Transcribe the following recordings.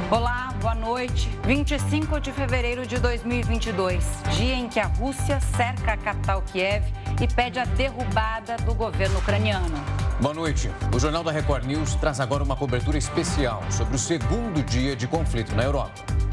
Olá, boa noite. 25 de fevereiro de 2022, dia em que a Rússia cerca a capital Kiev e pede a derrubada do governo ucraniano. Boa noite. O Jornal da Record News traz agora uma cobertura especial sobre o segundo dia de conflito na Europa.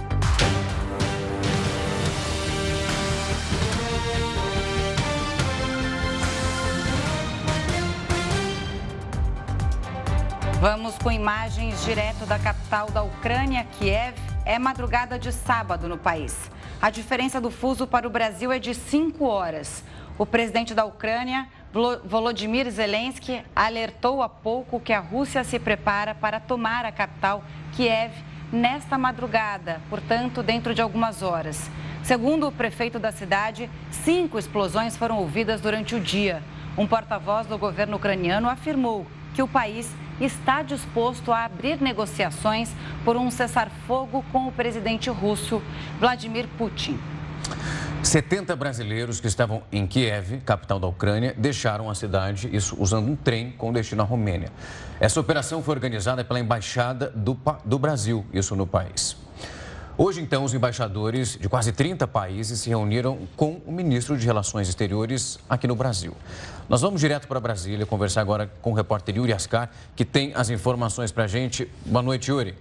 Vamos com imagens direto da capital da Ucrânia, Kiev. É madrugada de sábado no país. A diferença do fuso para o Brasil é de 5 horas. O presidente da Ucrânia, Volodymyr Zelensky, alertou há pouco que a Rússia se prepara para tomar a capital, Kiev, nesta madrugada, portanto, dentro de algumas horas. Segundo o prefeito da cidade, 5 explosões foram ouvidas durante o dia. Um porta-voz do governo ucraniano afirmou que o país está disposto a abrir negociações por um cessar-fogo com o presidente russo, Vladimir Putin. 70 brasileiros que estavam em Kiev, capital da Ucrânia, deixaram a cidade, isso usando um trem com destino à Romênia. Essa operação foi organizada pela Embaixada do Brasil, isso no país. Hoje, então, os embaixadores de quase 30 países se reuniram com o ministro de Relações Exteriores aqui no Brasil. Nós vamos direto para Brasília conversar agora com o repórter Yuri Ascar, que tem as informações para a gente. Boa noite, Yuri.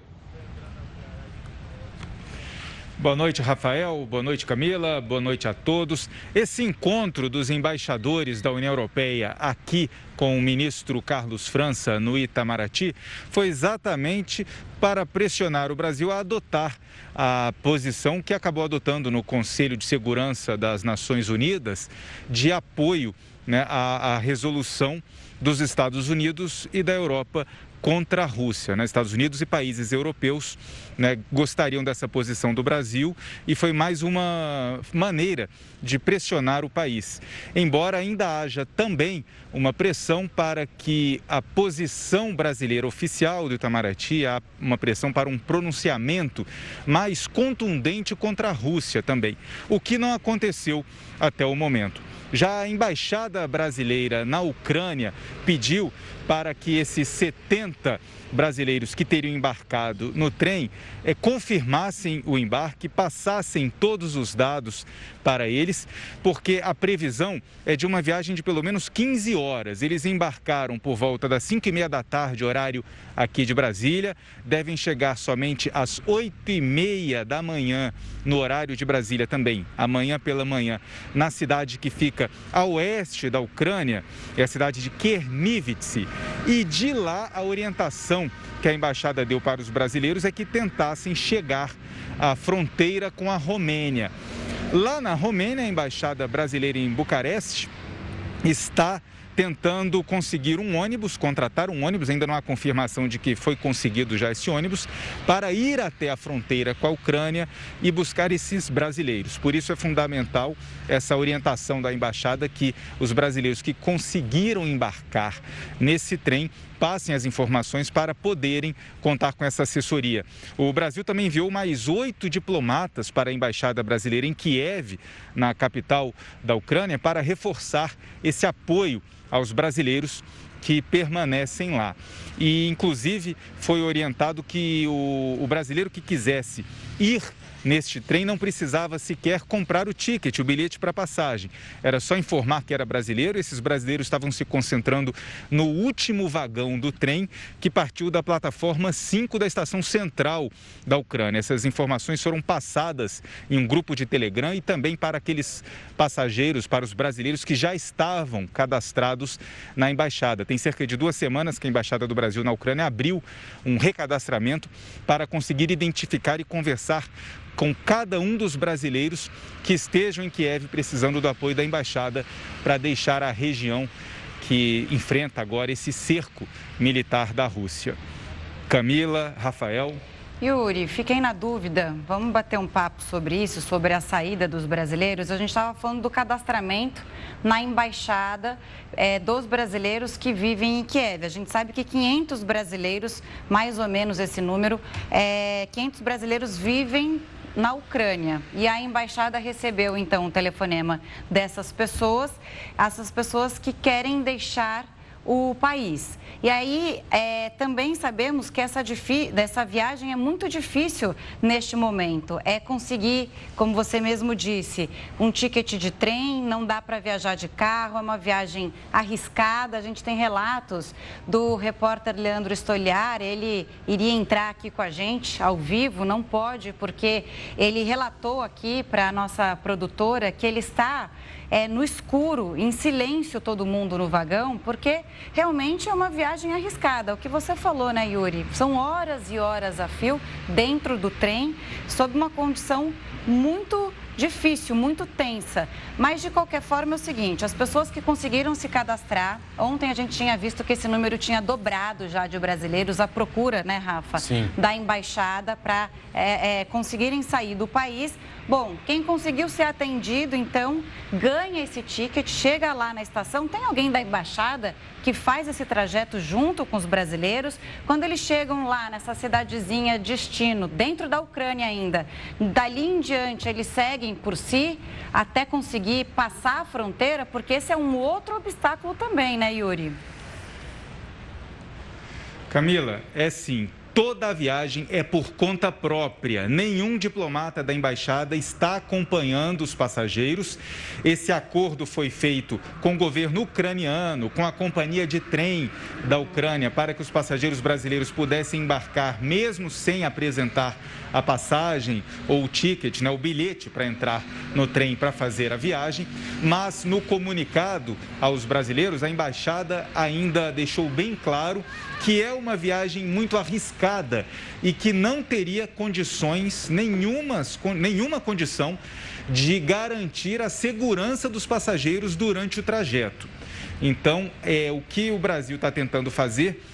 Boa noite, Rafael. Boa noite, Camila. Boa noite a todos. Esse encontro dos embaixadores da União Europeia aqui com o ministro Carlos França no Itamaraty foi exatamente para pressionar o Brasil a adotar a posição que acabou adotando no Conselho de Segurança das Nações Unidas de apoio, à resolução dos Estados Unidos e da Europa contra a Rússia. Estados Unidos e países europeus gostariam dessa posição do Brasil e foi mais uma maneira de pressionar o país. Embora ainda haja também uma pressão para que a posição brasileira oficial do Itamaraty, há uma pressão para um pronunciamento mais contundente contra a Rússia também, o que não aconteceu até o momento. Já a embaixada brasileira na Ucrânia pediu para que esses 70 brasileiros que teriam embarcado no trem confirmassem o embarque, passassem todos os dados para eles, porque a previsão é de uma viagem de pelo menos 15 horas. Eles embarcaram por volta das 5h30 da tarde, horário aqui de Brasília, devem chegar somente às 8h30 da manhã, no horário de Brasília também, amanhã pela manhã, na cidade que fica a oeste da Ucrânia, é a cidade de Chernivtsi. E de lá a orientação que a embaixada deu para os brasileiros é que tentassem chegar à fronteira com a Romênia. Lá na Romênia, a embaixada brasileira em Bucareste está tentando conseguir um ônibus, contratar um ônibus, ainda não há confirmação de que foi conseguido já esse ônibus, para ir até a fronteira com a Ucrânia e buscar esses brasileiros. Por isso é fundamental essa orientação da embaixada que os brasileiros que conseguiram embarcar nesse trem passem as informações para poderem contar com essa assessoria. O Brasil também enviou mais 8 diplomatas para a embaixada brasileira em Kiev, na capital da Ucrânia, para reforçar esse apoio aos brasileiros que permanecem lá. E, inclusive, foi orientado que o brasileiro que quisesse ir neste trem não precisava sequer comprar o ticket, o bilhete para passagem. Era só informar que era brasileiro. Esses brasileiros estavam se concentrando no último vagão do trem que partiu da plataforma 5 da estação central da Ucrânia. Essas informações foram passadas em um grupo de Telegram e também para aqueles passageiros, para os brasileiros que já estavam cadastrados na embaixada. Tem cerca de 2 semanas que a Embaixada do Brasil na Ucrânia abriu um recadastramento para conseguir identificar e conversar com cada um dos brasileiros que estejam em Kiev precisando do apoio da embaixada para deixar a região que enfrenta agora esse cerco militar da Rússia. Camila, Rafael. Yuri, fiquei na dúvida, vamos bater um papo sobre isso, sobre a saída dos brasileiros. A gente estava falando do cadastramento na embaixada dos brasileiros que vivem em Kiev. A gente sabe que 500 brasileiros, mais ou menos esse número, 500 brasileiros vivem na Ucrânia. E a embaixada recebeu, então, um telefonema dessas pessoas, essas pessoas que querem deixar o país. E aí, também sabemos que dessa viagem é muito difícil neste momento. É conseguir, como você mesmo disse, um ticket de trem, não dá para viajar de carro, é uma viagem arriscada. A gente tem relatos do repórter Leandro Stoliar, ele iria entrar aqui com a gente ao vivo, não pode, porque ele relatou aqui para a nossa produtora que ele está no escuro, em silêncio, todo mundo no vagão, porque realmente é uma viagem arriscada. O que você falou, né, Yuri? São horas e horas a fio dentro do trem, sob uma condição muito difícil, muito tensa. Mas, de qualquer forma, é o seguinte, as pessoas que conseguiram se cadastrar, ontem a gente tinha visto que esse número tinha dobrado já de brasileiros à procura, né, Rafa? Sim. Da embaixada para conseguirem sair do país. Bom, quem conseguiu ser atendido, então, ganha esse ticket, chega lá na estação, tem alguém da embaixada que faz esse trajeto junto com os brasileiros. Quando eles chegam lá nessa cidadezinha destino, dentro da Ucrânia ainda, dali em diante eles seguem por si até conseguir passar a fronteira, porque esse é um outro obstáculo também, né, Yuri? Camila, é sim. Toda a viagem é por conta própria. Nenhum diplomata da embaixada está acompanhando os passageiros. Esse acordo foi feito com o governo ucraniano, com a companhia de trem da Ucrânia, para que os passageiros brasileiros pudessem embarcar, mesmo sem apresentar a passagem ou o ticket, né, o bilhete para entrar no trem para fazer a viagem. Mas no comunicado aos brasileiros, a embaixada ainda deixou bem claro que é uma viagem muito arriscada e que não teria condições, nenhuma condição de garantir a segurança dos passageiros durante o trajeto. Então, o que o Brasil está tentando fazer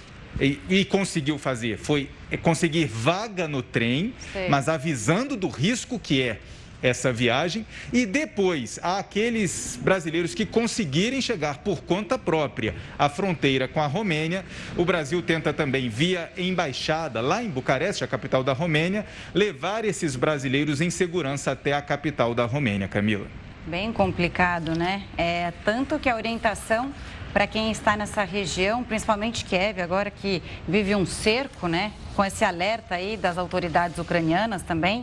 e conseguiu fazer foi conseguir vaga no trem, mas avisando do risco que é essa viagem, e depois aqueles brasileiros que conseguirem chegar por conta própria à fronteira com a Romênia, o Brasil tenta também, via embaixada lá em Bucareste, a capital da Romênia, levar esses brasileiros em segurança até a capital da Romênia, Camila. Bem complicado, né? Tanto que a orientação para quem está nessa região, principalmente Kiev, agora que vive um cerco, né? Com esse alerta aí das autoridades ucranianas também,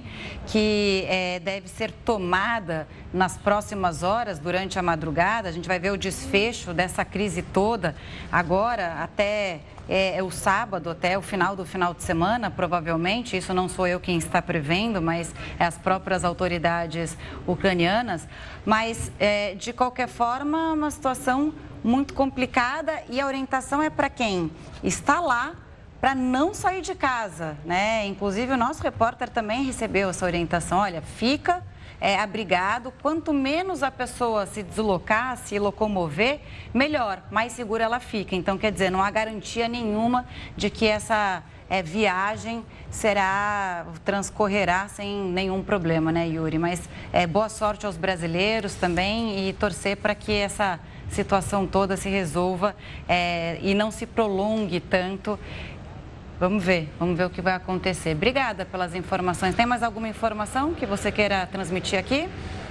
que deve ser tomada nas próximas horas, durante a madrugada. A gente vai ver o desfecho dessa crise toda agora até o sábado, até o final do final de semana, provavelmente. Isso não sou eu quem está prevendo, mas as próprias autoridades ucranianas. Mas, de qualquer forma, uma situação muito complicada, e a orientação é para quem está lá, para não sair de casa, né? Inclusive, o nosso repórter também recebeu essa orientação. Olha, fica abrigado, quanto menos a pessoa se deslocar, se locomover, melhor, mais segura ela fica. Então, quer dizer, não há garantia nenhuma de que essa viagem transcorrerá sem nenhum problema, né, Yuri? Mas boa sorte aos brasileiros também, e torcer para que essa situação toda se resolva e não se prolongue tanto. Vamos ver o que vai acontecer. Obrigada pelas informações. Tem mais alguma informação que você queira transmitir aqui?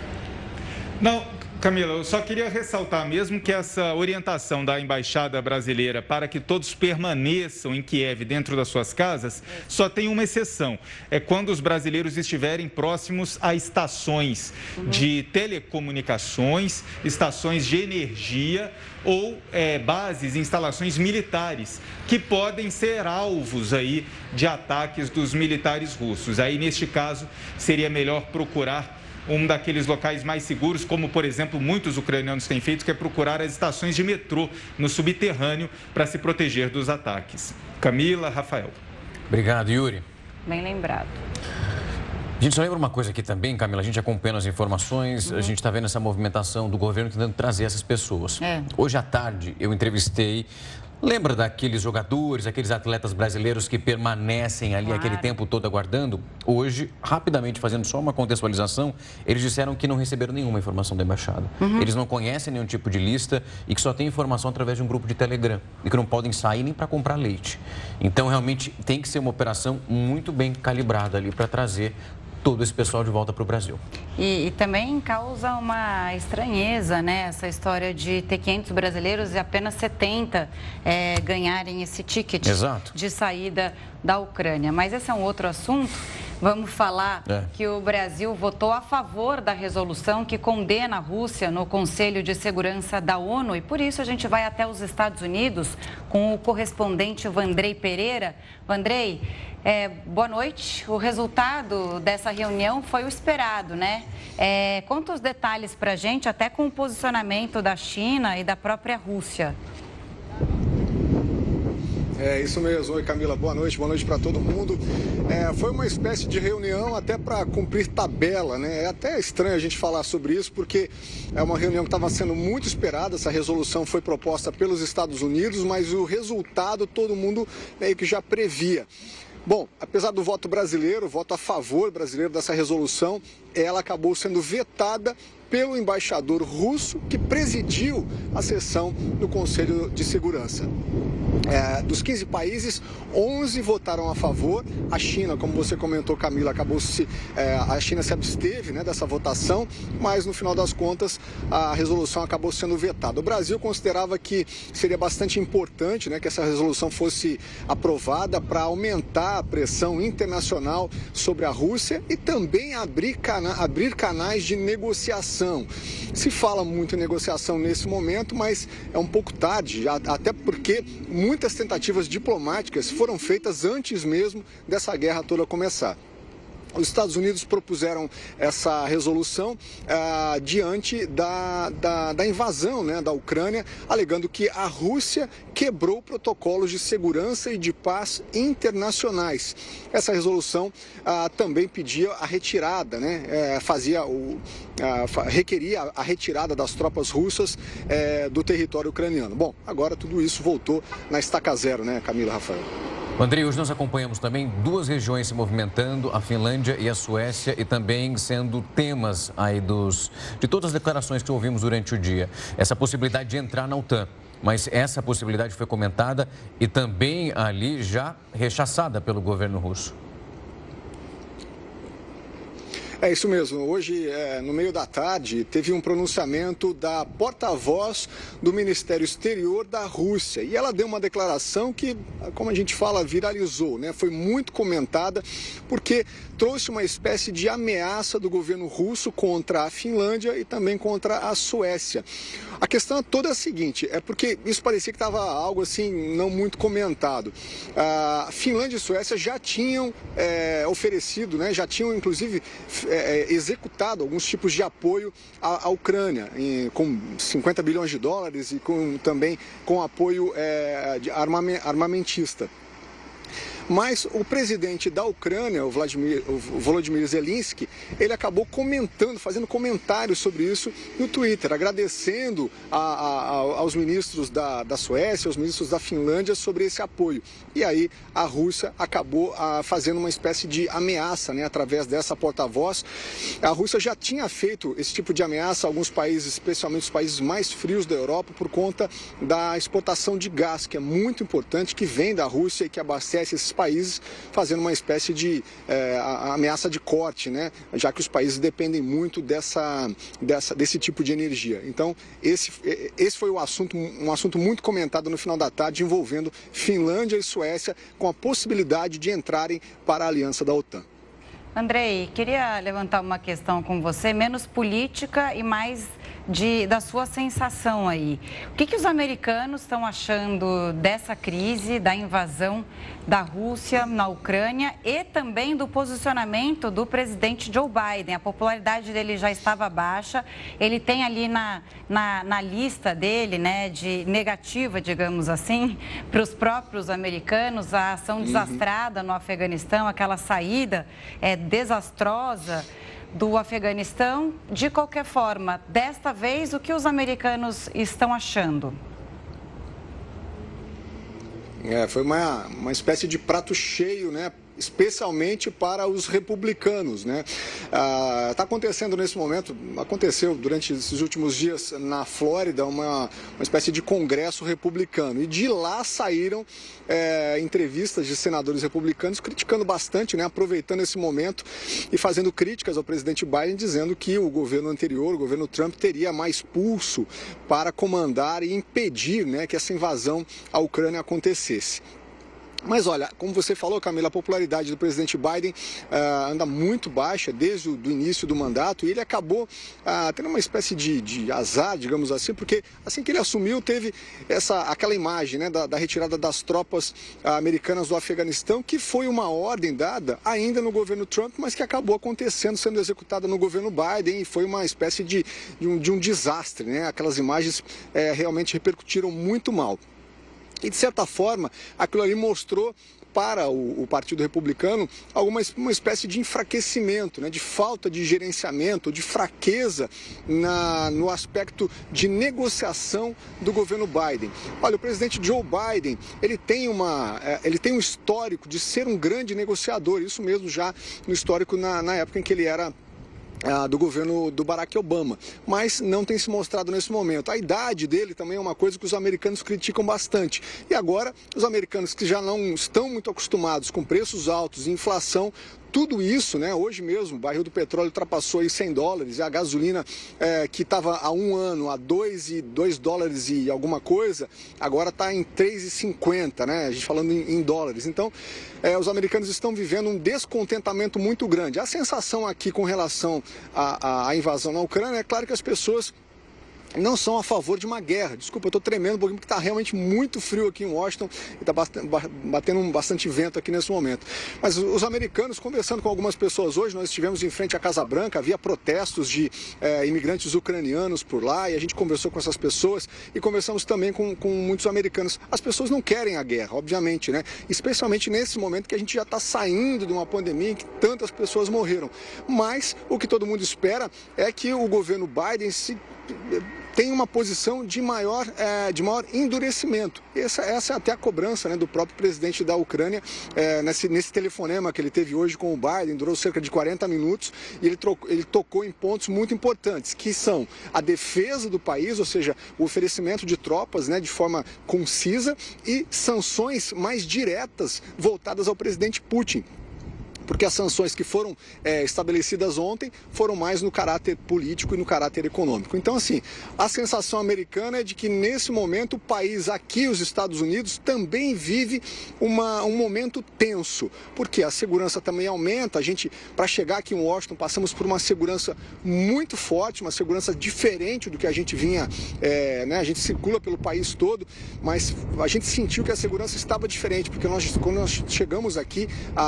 Não, Camila, eu só queria ressaltar mesmo que essa orientação da Embaixada Brasileira para que todos permaneçam em Kiev dentro das suas casas só tem uma exceção. É quando os brasileiros estiverem próximos a estações de telecomunicações, estações de energia ou bases, instalações militares, que podem ser alvos aí de ataques dos militares russos. Aí, neste caso, seria melhor procurar um daqueles locais mais seguros, como, por exemplo, muitos ucranianos têm feito, que é procurar as estações de metrô no subterrâneo para se proteger dos ataques. Camila, Rafael. Obrigado, Yuri. Bem lembrado. A gente só lembra uma coisa aqui também, Camila, a gente acompanha as informações, a gente está vendo essa movimentação do governo tentando trazer essas pessoas. Hoje à tarde eu entrevistei, lembra daqueles jogadores, aqueles atletas brasileiros que permanecem ali aquele tempo todo aguardando? Hoje, rapidamente fazendo só uma contextualização, eles disseram que não receberam nenhuma informação da embaixada. Eles não conhecem nenhum tipo de lista e que só tem informação através de um grupo de Telegram e que não podem sair nem para comprar leite. Então, realmente, tem que ser uma operação muito bem calibrada ali para trazer todo esse pessoal de volta para o Brasil. E também causa uma estranheza, né? Essa história de ter 500 brasileiros e apenas 70 ganharem esse ticket de saída da Ucrânia. Mas esse é um outro assunto. Vamos falar que o Brasil votou a favor da resolução que condena a Rússia no Conselho de Segurança da ONU e por isso a gente vai até os Estados Unidos com o correspondente Vandrei Pereira. Vandrei, boa noite. O resultado dessa reunião foi o esperado, né? Conta os detalhes para a gente, até com o posicionamento da China e da própria Rússia. É isso mesmo. Oi, Camila. Boa noite para todo mundo. Foi uma espécie de reunião até para cumprir tabela, né? É até estranho a gente falar sobre isso, porque é uma reunião que estava sendo muito esperada. Essa resolução foi proposta pelos Estados Unidos, mas o resultado todo mundo meio que já previa. Bom, apesar do voto brasileiro, o voto a favor brasileiro dessa resolução, ela acabou sendo vetada pelo embaixador russo que presidiu a sessão do Conselho de Segurança. Dos 15 países, 11 votaram a favor. A China, como você comentou, Camila, a China se absteve, né, dessa votação, mas no final das contas a resolução acabou sendo vetada. O Brasil considerava que seria bastante importante, né, que essa resolução fosse aprovada para aumentar a pressão internacional sobre a Rússia e também abrir canais de negociação. Se fala muito em negociação nesse momento, mas é um pouco tarde, até porque muitas tentativas diplomáticas foram feitas antes mesmo dessa guerra toda começar. Os Estados Unidos propuseram essa resolução diante da invasão, né, da Ucrânia, alegando que a Rússia quebrou protocolos de segurança e de paz internacionais. Essa resolução também pedia a retirada, né, requeria a retirada das tropas russas do território ucraniano. Bom, agora tudo isso voltou na estaca zero, né, Camila, Rafael? Andrei, hoje nós acompanhamos também duas regiões se movimentando, a Finlândia e a Suécia, e também sendo temas aí de todas as declarações que ouvimos durante o dia. Essa possibilidade de entrar na OTAN, mas essa possibilidade foi comentada e também ali já rechaçada pelo governo russo. É isso mesmo. Hoje, no meio da tarde, teve um pronunciamento da porta-voz do Ministério Exterior da Rússia. E ela deu uma declaração que, como a gente fala, viralizou, né? Foi muito comentada porque trouxe uma espécie de ameaça do governo russo contra a Finlândia e também contra a Suécia. A questão toda é a seguinte, é porque isso parecia que estava algo assim não muito comentado. A Finlândia e a Suécia já tinham oferecido, né? Já tinham inclusive executado alguns tipos de apoio à Ucrânia, com 50 bilhões de dólares e também com apoio armamentista. Mas o presidente da Ucrânia, o Volodymyr Zelensky, ele acabou fazendo comentários sobre isso no Twitter, agradecendo aos ministros da Suécia, aos ministros da Finlândia sobre esse apoio. E aí a Rússia acabou fazendo uma espécie de ameaça, né, através dessa porta-voz. A Rússia já tinha feito esse tipo de ameaça a alguns países, especialmente os países mais frios da Europa, por conta da exportação de gás, que é muito importante, que vem da Rússia e que abastece esses países, fazendo uma espécie de ameaça de corte, né? Já que os países dependem muito desse tipo de energia. Então, esse foi um assunto muito comentado no final da tarde, envolvendo Finlândia e Suécia, com a possibilidade de entrarem para a aliança da OTAN. Andrei, queria levantar uma questão com você, menos política e mais da sua sensação aí. O que os americanos estão achando dessa crise, da invasão da Rússia na Ucrânia e também do posicionamento do presidente Joe Biden? A popularidade dele já estava baixa, ele tem ali na lista dele, né, de negativa, digamos assim, para os próprios americanos, a ação desastrada no Afeganistão, aquela saída desastrosa do Afeganistão. De qualquer forma, desta vez, o que os americanos estão achando? Foi uma espécie de prato cheio, né, especialmente para os republicanos, né? Está acontecendo nesse momento, aconteceu durante esses últimos dias na Flórida uma espécie de congresso republicano, e de lá saíram entrevistas de senadores republicanos criticando bastante, né? Aproveitando esse momento e fazendo críticas ao presidente Biden, dizendo que o governo anterior, o governo Trump, teria mais pulso para comandar e impedir, né, que essa invasão à Ucrânia acontecesse. Mas olha, como você falou, Camila, a popularidade do presidente Biden anda muito baixa desde o início do mandato, e ele acabou tendo uma espécie de azar, digamos assim, porque assim que ele assumiu teve aquela imagem, né, da retirada das tropas americanas do Afeganistão, que foi uma ordem dada ainda no governo Trump, mas que acabou acontecendo, sendo executada no governo Biden, e foi uma espécie de um desastre, né? Aquelas imagens realmente repercutiram muito mal. E, de certa forma, aquilo ali mostrou para o Partido Republicano uma espécie de enfraquecimento, né, de falta de gerenciamento, de fraqueza no aspecto de negociação do governo Biden. Olha, o presidente Joe Biden, ele tem um histórico de ser um grande negociador, isso mesmo já no histórico na época em que ele era do governo do Barack Obama, mas não tem se mostrado nesse momento. A idade dele também é uma coisa que os americanos criticam bastante. E agora, os americanos que já não estão muito acostumados com preços altos e inflação, tudo isso, né? Hoje mesmo, o barril do petróleo ultrapassou aí $100, e a gasolina que estava há um ano a $2 e alguma coisa, agora está em 3,50, né? A gente falando em dólares. Então, os americanos estão vivendo um descontentamento muito grande. A sensação aqui com relação à invasão na Ucrânia, é claro que as pessoas não são a favor de uma guerra. Desculpa, eu estou tremendo um pouquinho porque está realmente muito frio aqui em Washington e está batendo bastante vento aqui nesse momento. Mas os americanos, conversando com algumas pessoas hoje, nós estivemos em frente à Casa Branca, havia protestos de imigrantes ucranianos por lá, e a gente conversou com essas pessoas e conversamos também com muitos americanos. As pessoas não querem a guerra, obviamente, né? Especialmente nesse momento que a gente já está saindo de uma pandemia em que tantas pessoas morreram. Mas o que todo mundo espera é que o governo Biden tem uma posição de maior endurecimento. Essa é até a cobrança, né, do próprio presidente da Ucrânia nesse telefonema que ele teve hoje com o Biden, durou cerca de 40 minutos, e ele tocou em pontos muito importantes, que são a defesa do país, ou seja, o oferecimento de tropas, né, de forma concisa, e sanções mais diretas voltadas ao presidente Putin. Porque as sanções que foram estabelecidas ontem foram mais no caráter político e no caráter econômico. Então, assim, a sensação americana é de que, nesse momento, o país aqui, os Estados Unidos, também vive um momento tenso, porque a segurança também aumenta. A gente, para chegar aqui em Washington, passamos por uma segurança muito forte, uma segurança diferente do que a gente vinha, né? A gente circula pelo país todo, mas a gente sentiu que a segurança estava diferente, porque quando nós chegamos aqui,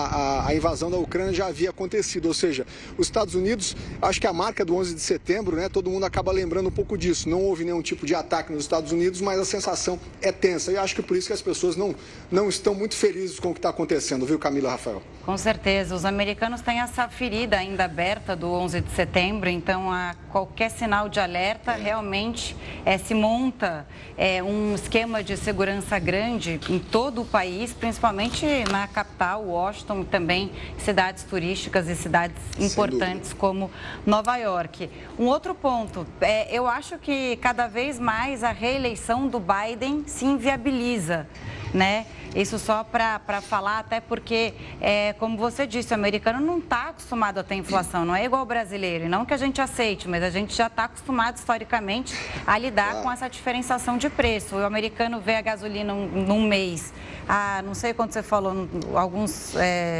a invasão da Ucrânia já havia acontecido, ou seja, os Estados Unidos, acho que a marca do 11 de setembro, né, todo mundo acaba lembrando um pouco disso. Não houve nenhum tipo de ataque nos Estados Unidos, mas a sensação é tensa, e acho que por isso que as pessoas não estão muito felizes com o que está acontecendo, viu, Camila, Rafael? Com certeza, os americanos têm essa ferida ainda aberta do 11 de setembro, então a qualquer sinal de alerta realmente se monta um esquema de segurança grande em todo o país, principalmente na capital, Washington, e também cidades turísticas e cidades importantes como Nova York. Um outro ponto, eu acho que cada vez mais a reeleição do Biden se inviabiliza, né? Isso só para falar, até porque, como você disse, o americano não está acostumado a ter inflação, não é igual ao brasileiro. E não que a gente aceite, mas a gente já está acostumado historicamente a lidar com essa diferenciação de preço. O americano vê a gasolina num mês, não sei quanto você falou, alguns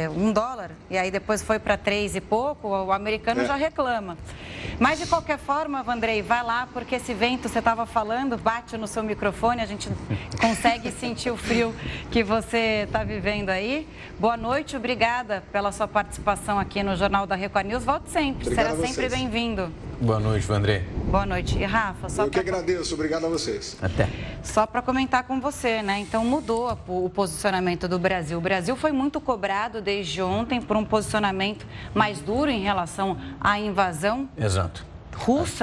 $1, e aí depois foi para 3 e pouco, o americano já reclama. Mas, de qualquer forma, Vandrei, vai lá, porque esse vento, você estava falando, bate no seu microfone, a gente consegue sentir o frio que você está vivendo aí. Boa noite, obrigada pela sua participação aqui no Jornal da Record News. Volte sempre, será sempre bem-vindo. Boa noite, Vandrei. Boa noite. E, Rafa, Eu que agradeço, obrigado a vocês. Até. Só para comentar com você, né? Então, mudou o posicionamento do Brasil. O Brasil foi muito cobrado desde ontem por um posicionamento mais duro em relação à invasão Exato. russa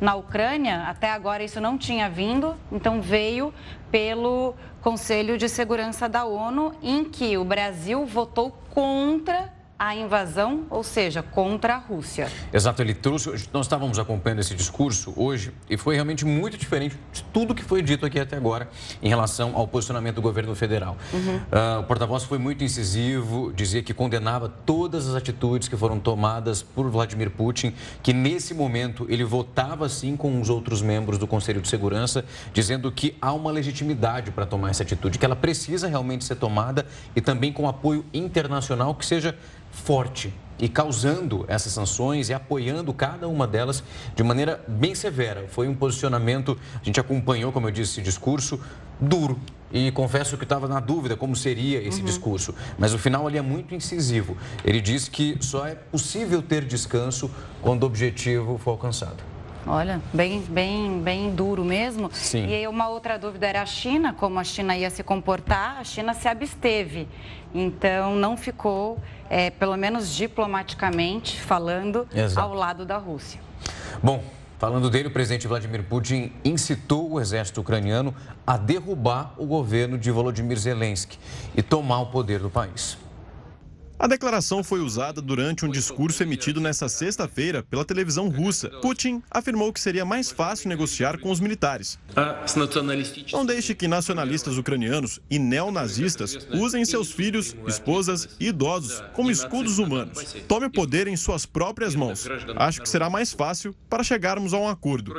na Ucrânia, até agora isso não tinha vindo, então veio pelo Conselho de Segurança da ONU, em que o Brasil votou contra a invasão, ou seja, contra a Rússia. Exato, ele trouxe, nós estávamos acompanhando esse discurso hoje e foi realmente muito diferente de tudo que foi dito aqui até agora em relação ao posicionamento do governo federal. O porta-voz foi muito incisivo, dizia que condenava todas as atitudes que foram tomadas por Vladimir Putin, que nesse momento ele votava sim com os outros membros do Conselho de Segurança, dizendo que há uma legitimidade para tomar essa atitude, que ela precisa realmente ser tomada e também com apoio internacional que seja forte e causando essas sanções e apoiando cada uma delas de maneira bem severa. Foi um posicionamento, a gente acompanhou, como eu disse, esse discurso duro e confesso que estava na dúvida como seria esse discurso, mas o final ali é muito incisivo. Ele diz que só é possível ter descanso quando o objetivo for alcançado. Olha, bem duro mesmo. Sim. E aí uma outra dúvida era a China, como a China ia se comportar, a China se absteve. Então, não ficou, pelo menos diplomaticamente falando, Exato, ao lado da Rússia. Bom, falando dele, o presidente Vladimir Putin incitou o exército ucraniano a derrubar o governo de Volodymyr Zelensky e tomar o poder do país. A declaração foi usada durante um discurso emitido nesta sexta-feira pela televisão russa. Putin afirmou que seria mais fácil negociar com os militares. Não deixe que nacionalistas ucranianos e neonazistas usem seus filhos, esposas e idosos como escudos humanos. Tome o poder em suas próprias mãos. Acho que será mais fácil para chegarmos a um acordo.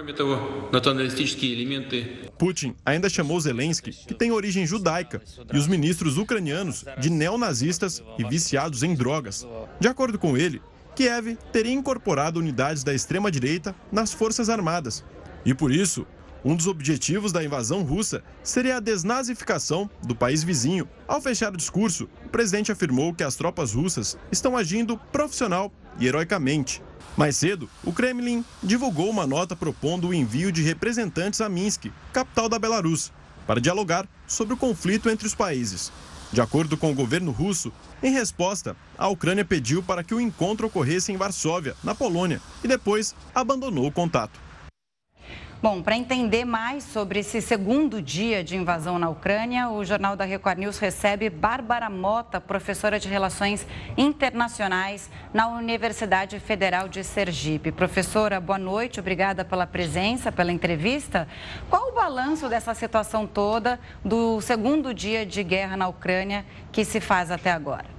Putin ainda chamou Zelensky, que tem origem judaica, e os ministros ucranianos de neonazistas e viciados em drogas. De acordo com ele, Kiev teria incorporado unidades da extrema-direita nas Forças Armadas. E por isso, um dos objetivos da invasão russa seria a desnazificação do país vizinho. Ao fechar o discurso, o presidente afirmou que as tropas russas estão agindo profissional e heroicamente. Mais cedo, o Kremlin divulgou uma nota propondo o envio de representantes a Minsk, capital da Belarus, para dialogar sobre o conflito entre os países. De acordo com o governo russo, em resposta, a Ucrânia pediu para que o encontro ocorresse em Varsóvia, na Polônia, e depois abandonou o contato. Bom, para entender mais sobre esse segundo dia de invasão na Ucrânia, o Jornal da Record News recebe Bárbara Mota, professora de Relações Internacionais na Universidade Federal de Sergipe. Professora, boa noite, obrigada pela presença, pela entrevista. Qual o balanço dessa situação toda do segundo dia de guerra na Ucrânia que se faz até agora?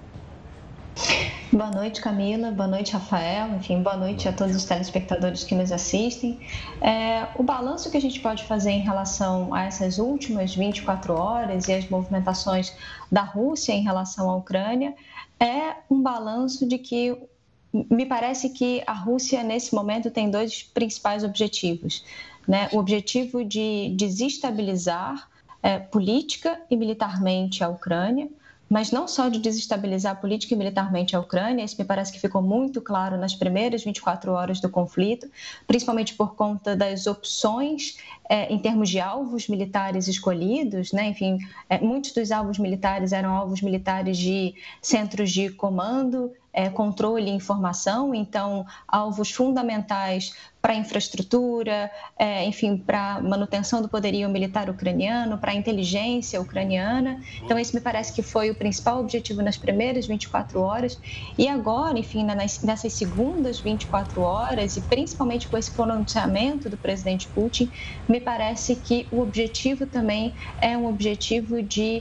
Boa noite, Camila. Boa noite, Rafael. Enfim, boa noite a todos os telespectadores que nos assistem. O balanço que a gente pode fazer em relação a essas últimas 24 horas e as movimentações da Rússia em relação à Ucrânia é um balanço de que me parece que a Rússia, nesse momento, tem dois principais objetivos, né? O objetivo de desestabilizar política e militarmente a Ucrânia, mas não só de desestabilizar política e militarmente a Ucrânia, isso me parece que ficou muito claro nas primeiras 24 horas do conflito, principalmente por conta das opções em termos de alvos militares escolhidos, né? Enfim, muitos dos alvos militares eram alvos militares de centros de comando, controle e informação, então alvos fundamentais para a infraestrutura, enfim, para a manutenção do poderio militar ucraniano, para a inteligência ucraniana. Então, esse me parece que foi o principal objetivo nas primeiras 24 horas. E agora, enfim, nessas segundas 24 horas, e principalmente com esse pronunciamento do presidente Putin, me parece que o objetivo também é um objetivo de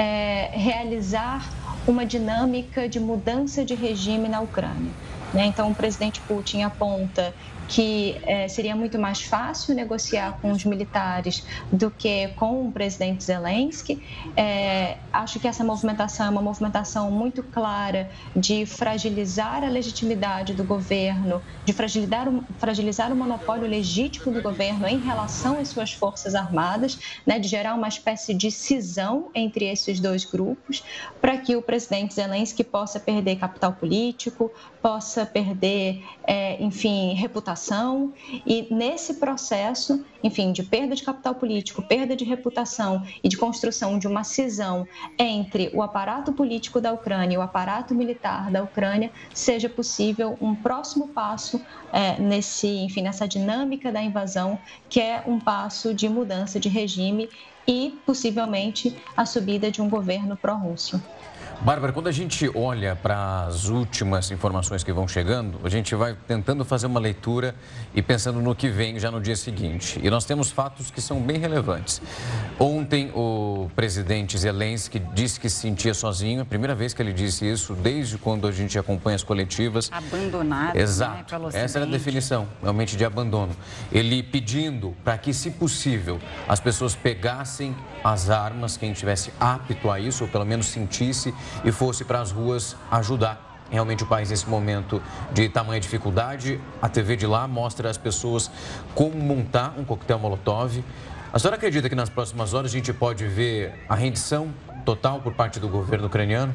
realizar uma dinâmica de mudança de regime na Ucrânia, né? Então, o presidente Putin aponta que seria muito mais fácil negociar com os militares do que com o presidente Zelensky. Acho que essa movimentação é uma movimentação muito clara de fragilizar a legitimidade do governo, de fragilizar o monopólio legítimo do governo em relação às suas forças armadas, né, de gerar uma espécie de cisão entre esses dois grupos, para que o presidente Zelensky possa perder capital político, possa possa perder, enfim, reputação. E nesse processo, enfim, de perda de capital político, perda de reputação e de construção de uma cisão entre o aparato político da Ucrânia e o aparato militar da Ucrânia, seja possível um próximo passo nessa dinâmica da invasão, que é um passo de mudança de regime e, possivelmente, a subida de um governo pró-russo. Bárbara, quando a gente olha para as últimas informações que vão chegando, a gente vai tentando fazer uma leitura e pensando no que vem já no dia seguinte. E nós temos fatos que são bem relevantes. Ontem, o presidente Zelensky disse que se sentia sozinho. É a primeira vez que ele disse isso desde quando a gente acompanha as coletivas. Abandonado. Exato. Né, pelo Essa era a definição, realmente, de abandono. Ele pedindo para que, se possível, as pessoas pegassem as armas, quem estivesse apto a isso, ou pelo menos sentisse, e fosse para as ruas ajudar realmente o país nesse momento de tamanha dificuldade. A TV de lá mostra às pessoas como montar um coquetel Molotov. A senhora acredita que nas próximas horas a gente pode ver a rendição total por parte do governo ucraniano?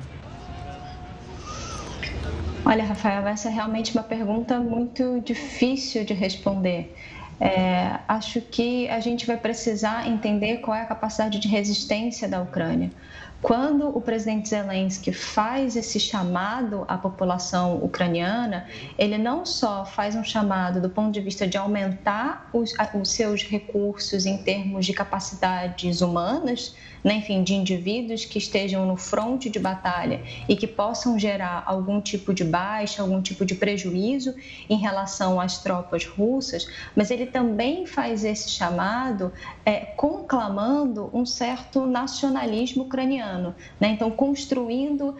Olha, Rafael, essa é realmente uma pergunta muito difícil de responder. Acho que a gente vai precisar entender qual é a capacidade de resistência da Ucrânia. Quando o presidente Zelensky faz esse chamado à população ucraniana, ele não só faz um chamado do ponto de vista de aumentar os seus recursos em termos de capacidades humanas, né, enfim, de indivíduos que estejam no fronte de batalha e que possam gerar algum tipo de baixa, algum tipo de prejuízo em relação às tropas russas, mas ele também faz esse chamado conclamando um certo nacionalismo ucraniano, né? Então, construindo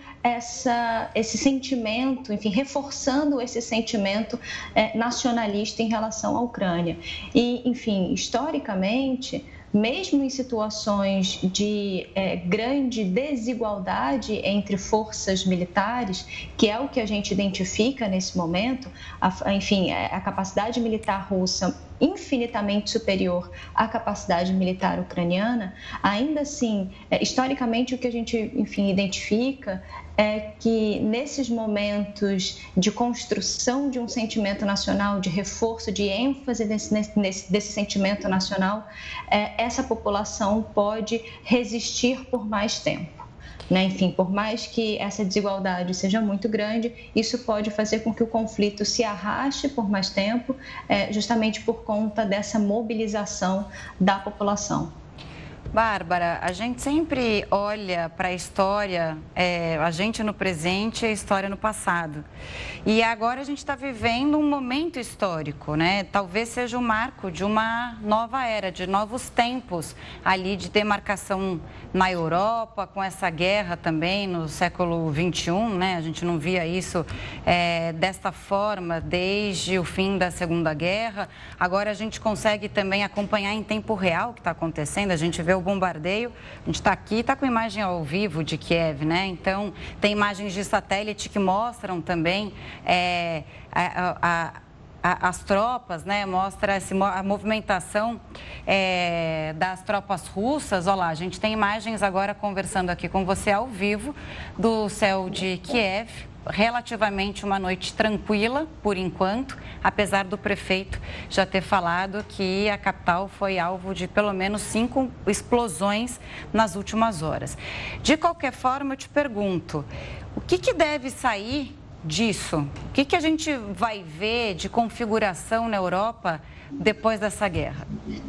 esse sentimento, enfim, reforçando esse sentimento nacionalista em relação à Ucrânia. E, enfim, historicamente, mesmo em situações de grande desigualdade entre forças militares, que é o que a gente identifica nesse momento, a capacidade militar russa infinitamente superior à capacidade militar ucraniana, ainda assim, historicamente, o que a gente, enfim, identifica é que nesses momentos de construção de um sentimento nacional, de reforço, de ênfase desse sentimento nacional, essa população pode resistir por mais tempo. Né? Enfim, por mais que essa desigualdade seja muito grande, isso pode fazer com que o conflito se arraste por mais tempo, justamente por conta dessa mobilização da população. Bárbara, a gente sempre olha para a história, a gente no presente e a história no passado. E agora a gente está vivendo um momento histórico, né? Talvez seja o marco de uma nova era, de novos tempos ali de demarcação na Europa, com essa guerra também no século XXI, né? A gente não via isso desta forma desde o fim da Segunda Guerra. Agora a gente consegue também acompanhar em tempo real o que está acontecendo, a gente vê o bombardeio, a gente está aqui, está com imagem ao vivo de Kiev, né? Então, tem imagens de satélite que mostram também as tropas, né? Mostra a movimentação das tropas russas. Olha lá, a gente tem imagens agora conversando aqui com você ao vivo do céu de Kiev. Relativamente uma noite tranquila, por enquanto, apesar do prefeito já ter falado que a capital foi alvo de pelo menos 5 explosões nas últimas horas. De qualquer forma, eu te pergunto, o que deve sair disso? O que a gente vai ver de configuração na Europa depois dessa guerra?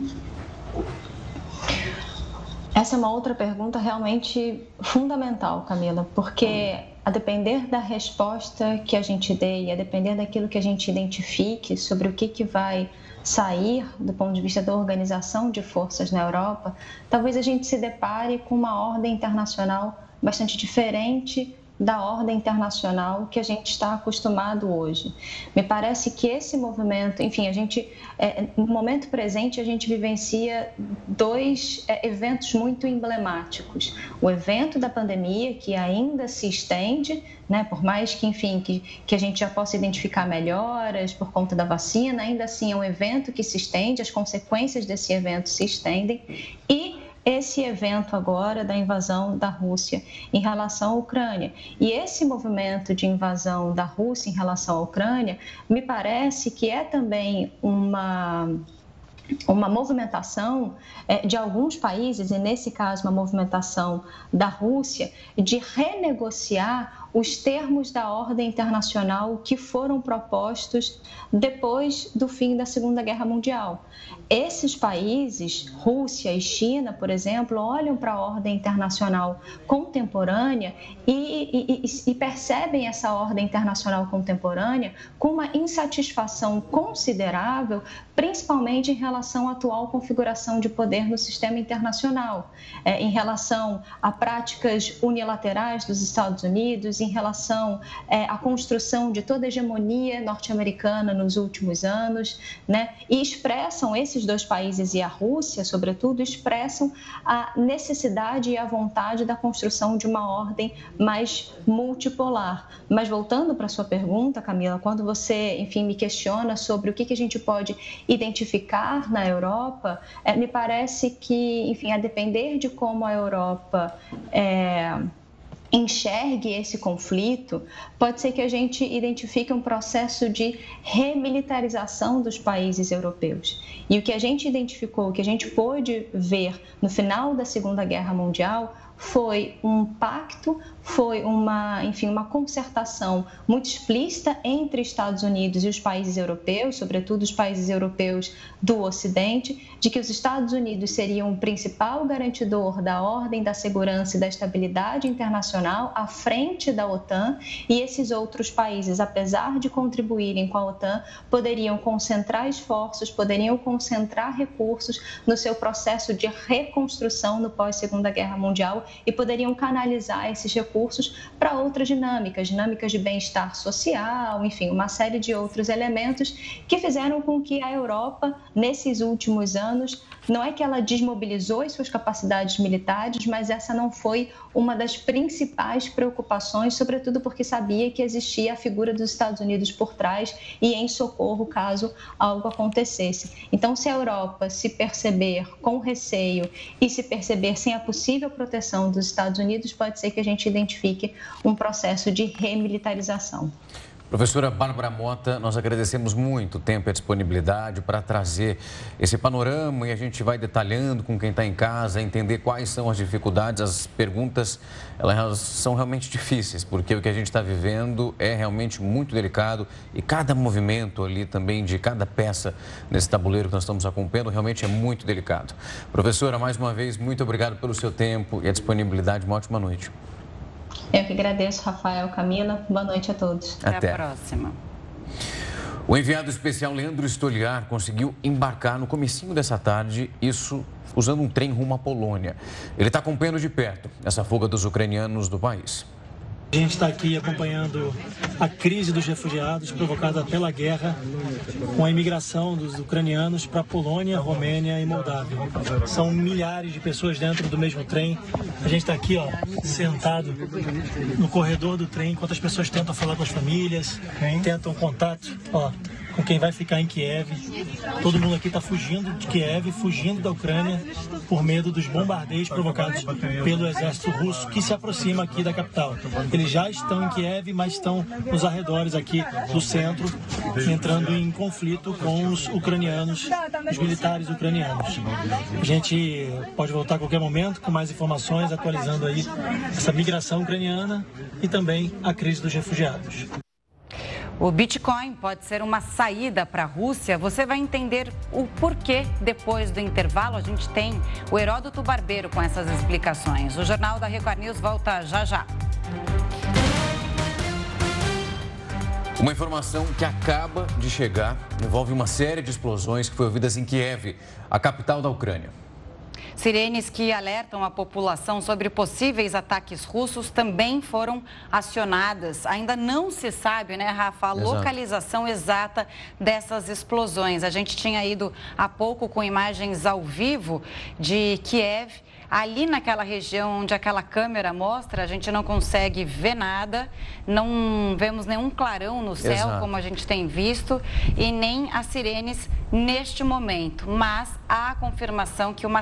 Essa é uma outra pergunta realmente fundamental, Camila, porque a depender da resposta que a gente dê e a depender daquilo que a gente identifique sobre o que vai sair do ponto de vista da organização de forças na Europa, talvez a gente se depare com uma ordem internacional bastante diferente da ordem internacional que a gente está acostumado hoje. Me parece que esse movimento, enfim, no momento presente, a gente vivencia 2 eventos muito emblemáticos. O evento da pandemia, que ainda se estende, né, por mais que, enfim, que a gente já possa identificar melhoras por conta da vacina, ainda assim é um evento que se estende, as consequências desse evento se estendem, e esse evento agora da invasão da Rússia em relação à Ucrânia. E esse movimento de invasão da Rússia em relação à Ucrânia, me parece que é também uma movimentação de alguns países, e nesse caso uma movimentação da Rússia, de renegociar os termos da ordem internacional que foram propostos depois do fim da Segunda Guerra Mundial. Esses países, Rússia e China, por exemplo, olham para a ordem internacional contemporânea e percebem essa ordem internacional contemporânea com uma insatisfação considerável, principalmente em relação à atual configuração de poder no sistema internacional, em relação a práticas unilaterais dos Estados Unidos, em relação à construção de toda a hegemonia norte-americana nos últimos anos, né? E expressam, esses dois países e a Rússia, sobretudo, expressam a necessidade e a vontade da construção de uma ordem mais multipolar. Mas voltando para a sua pergunta, Camila, quando você, enfim, me questiona sobre o que a gente pode identificar na Europa, me parece que, enfim, a depender de como a Europa enxergue esse conflito, pode ser que a gente identifique um processo de remilitarização dos países europeus. E o que a gente identificou, o que a gente pôde ver no final da Segunda Guerra Mundial, foi um pacto, foi uma concertação muito explícita entre Estados Unidos e os países europeus, sobretudo os países europeus do Ocidente, de que os Estados Unidos seriam o principal garantidor da ordem, da segurança e da estabilidade internacional à frente da OTAN, e esses outros países, apesar de contribuírem com a OTAN, poderiam concentrar esforços, poderiam concentrar recursos no seu processo de reconstrução no pós-Segunda Guerra Mundial e poderiam canalizar esses recursos para outras dinâmicas de bem-estar social, enfim, uma série de outros elementos que fizeram com que a Europa, nesses últimos anos, não é que ela desmobilizou as suas capacidades militares, mas essa não foi uma das principais preocupações, sobretudo porque sabia que existia a figura dos Estados Unidos por trás e em socorro caso algo acontecesse. Então, se a Europa se perceber com receio e se perceber sem a possível proteção dos Estados Unidos, pode ser que a gente identifique um processo de remilitarização. Professora Bárbara Mota, nós agradecemos muito o tempo e a disponibilidade para trazer esse panorama e a gente vai detalhando com quem está em casa, entender quais são as dificuldades, as perguntas, elas são realmente difíceis, porque o que a gente está vivendo é realmente muito delicado e cada movimento ali também de cada peça nesse tabuleiro que nós estamos acompanhando realmente é muito delicado. Professora, mais uma vez, muito obrigado pelo seu tempo e a disponibilidade. Uma ótima noite. Eu que agradeço, Rafael, Camila. Boa noite a todos. Até a próxima. O enviado especial Leandro Stoliar conseguiu embarcar no comecinho dessa tarde, isso usando um trem rumo à Polônia. Ele está acompanhando de perto essa fuga dos ucranianos do país. A gente está aqui acompanhando a crise dos refugiados provocada pela guerra com a imigração dos ucranianos para a Polônia, Romênia e Moldávia. São milhares de pessoas dentro do mesmo trem. A gente está aqui, sentado no corredor do trem, enquanto as pessoas tentam falar com as famílias, tentam contato, com quem vai ficar em Kiev. Todo mundo aqui está fugindo de Kiev, fugindo da Ucrânia por medo dos bombardeios provocados pelo exército russo que se aproxima aqui da capital. Eles já estão em Kiev, mas estão nos arredores aqui do centro, entrando em conflito com os ucranianos, os militares ucranianos. A gente pode voltar a qualquer momento com mais informações, atualizando aí essa migração ucraniana e também a crise dos refugiados. O Bitcoin pode ser uma saída para a Rússia. Você vai entender o porquê depois do intervalo. A gente tem o Heródoto Barbeiro com essas explicações. O Jornal da Record News volta já já. Uma informação que acaba de chegar envolve uma série de explosões que foram ouvidas em Kiev, a capital da Ucrânia. Sirenes que alertam a população sobre possíveis ataques russos também foram acionadas. Ainda não se sabe, né, Rafa, a localização exata dessas explosões. A gente tinha ido há pouco com imagens ao vivo de Kiev. Ali naquela região onde aquela câmera mostra, a gente não consegue ver nada, não vemos nenhum clarão no céu, como a gente tem visto, e nem as sirenes neste momento. Mas há a confirmação que uma série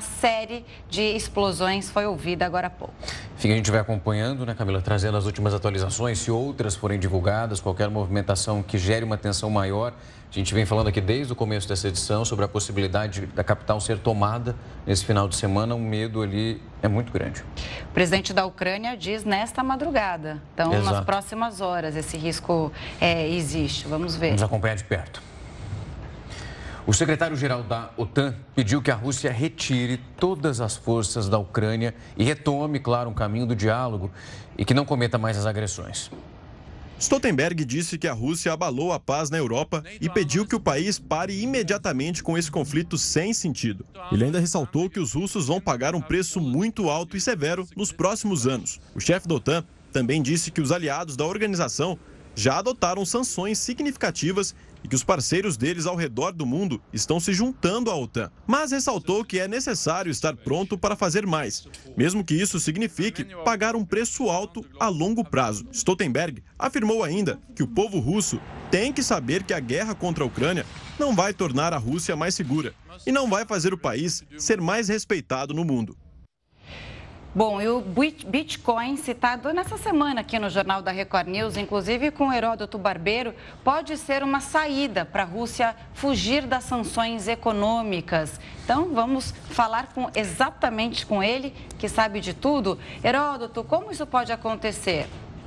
série de explosões foi ouvida agora há pouco. Enfim, a gente vai acompanhando, né, Camila, trazendo as últimas atualizações. Se outras forem divulgadas, qualquer movimentação que gere uma tensão maior. A gente vem falando aqui desde o começo dessa edição sobre a possibilidade da capital ser tomada nesse final de semana. O medo ali é muito grande. O presidente da Ucrânia diz nesta madrugada. Então, Exato. nas próximas horas, esse risco existe. Vamos ver. Vamos acompanhar de perto. O secretário-geral da OTAN pediu que a Rússia retire todas as forças da Ucrânia e retome, claro, um caminho do diálogo e que não cometa mais as agressões. Stoltenberg disse que a Rússia abalou a paz na Europa e pediu que o país pare imediatamente com esse conflito sem sentido. Ele ainda ressaltou que os russos vão pagar um preço muito alto e severo nos próximos anos. O chefe da OTAN também disse que os aliados da organização já adotaram sanções significativas e que os parceiros deles ao redor do mundo estão se juntando à OTAN. Mas ressaltou que é necessário estar pronto para fazer mais, mesmo que isso signifique pagar um preço alto a longo prazo. Stoltenberg afirmou ainda que o povo russo tem que saber que a guerra contra a Ucrânia não vai tornar a Rússia mais segura e não vai fazer o país ser mais respeitado no mundo. Bom, e o Bitcoin, citado nessa semana aqui no Jornal da Record News, inclusive com Heródoto Barbeiro, pode ser uma saída para a Rússia fugir das sanções econômicas. Então, vamos falar exatamente com ele, que sabe de tudo. Heródoto, como isso pode acontecer?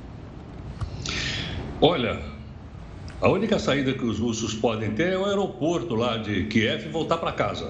Olha, a única saída que os russos podem ter é o aeroporto lá de Kiev e voltar para casa.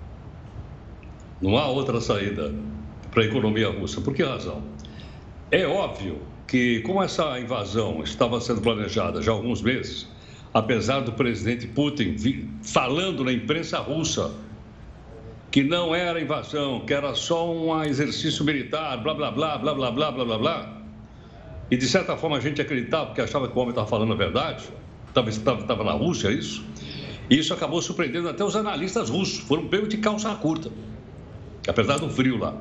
Não há outra saída para a economia russa. Por que razão? É óbvio que, como essa invasão estava sendo planejada já há alguns meses, apesar do presidente Putin falando na imprensa russa que não era invasão, que era só um exercício militar, blá, blá, blá, blá, blá, blá, blá, blá, blá, e de certa forma a gente acreditava, porque achava que o homem estava falando a verdade, estava na Rússia, isso, e isso acabou surpreendendo até os analistas russos, foram pegos de calça curta, apesar do frio lá.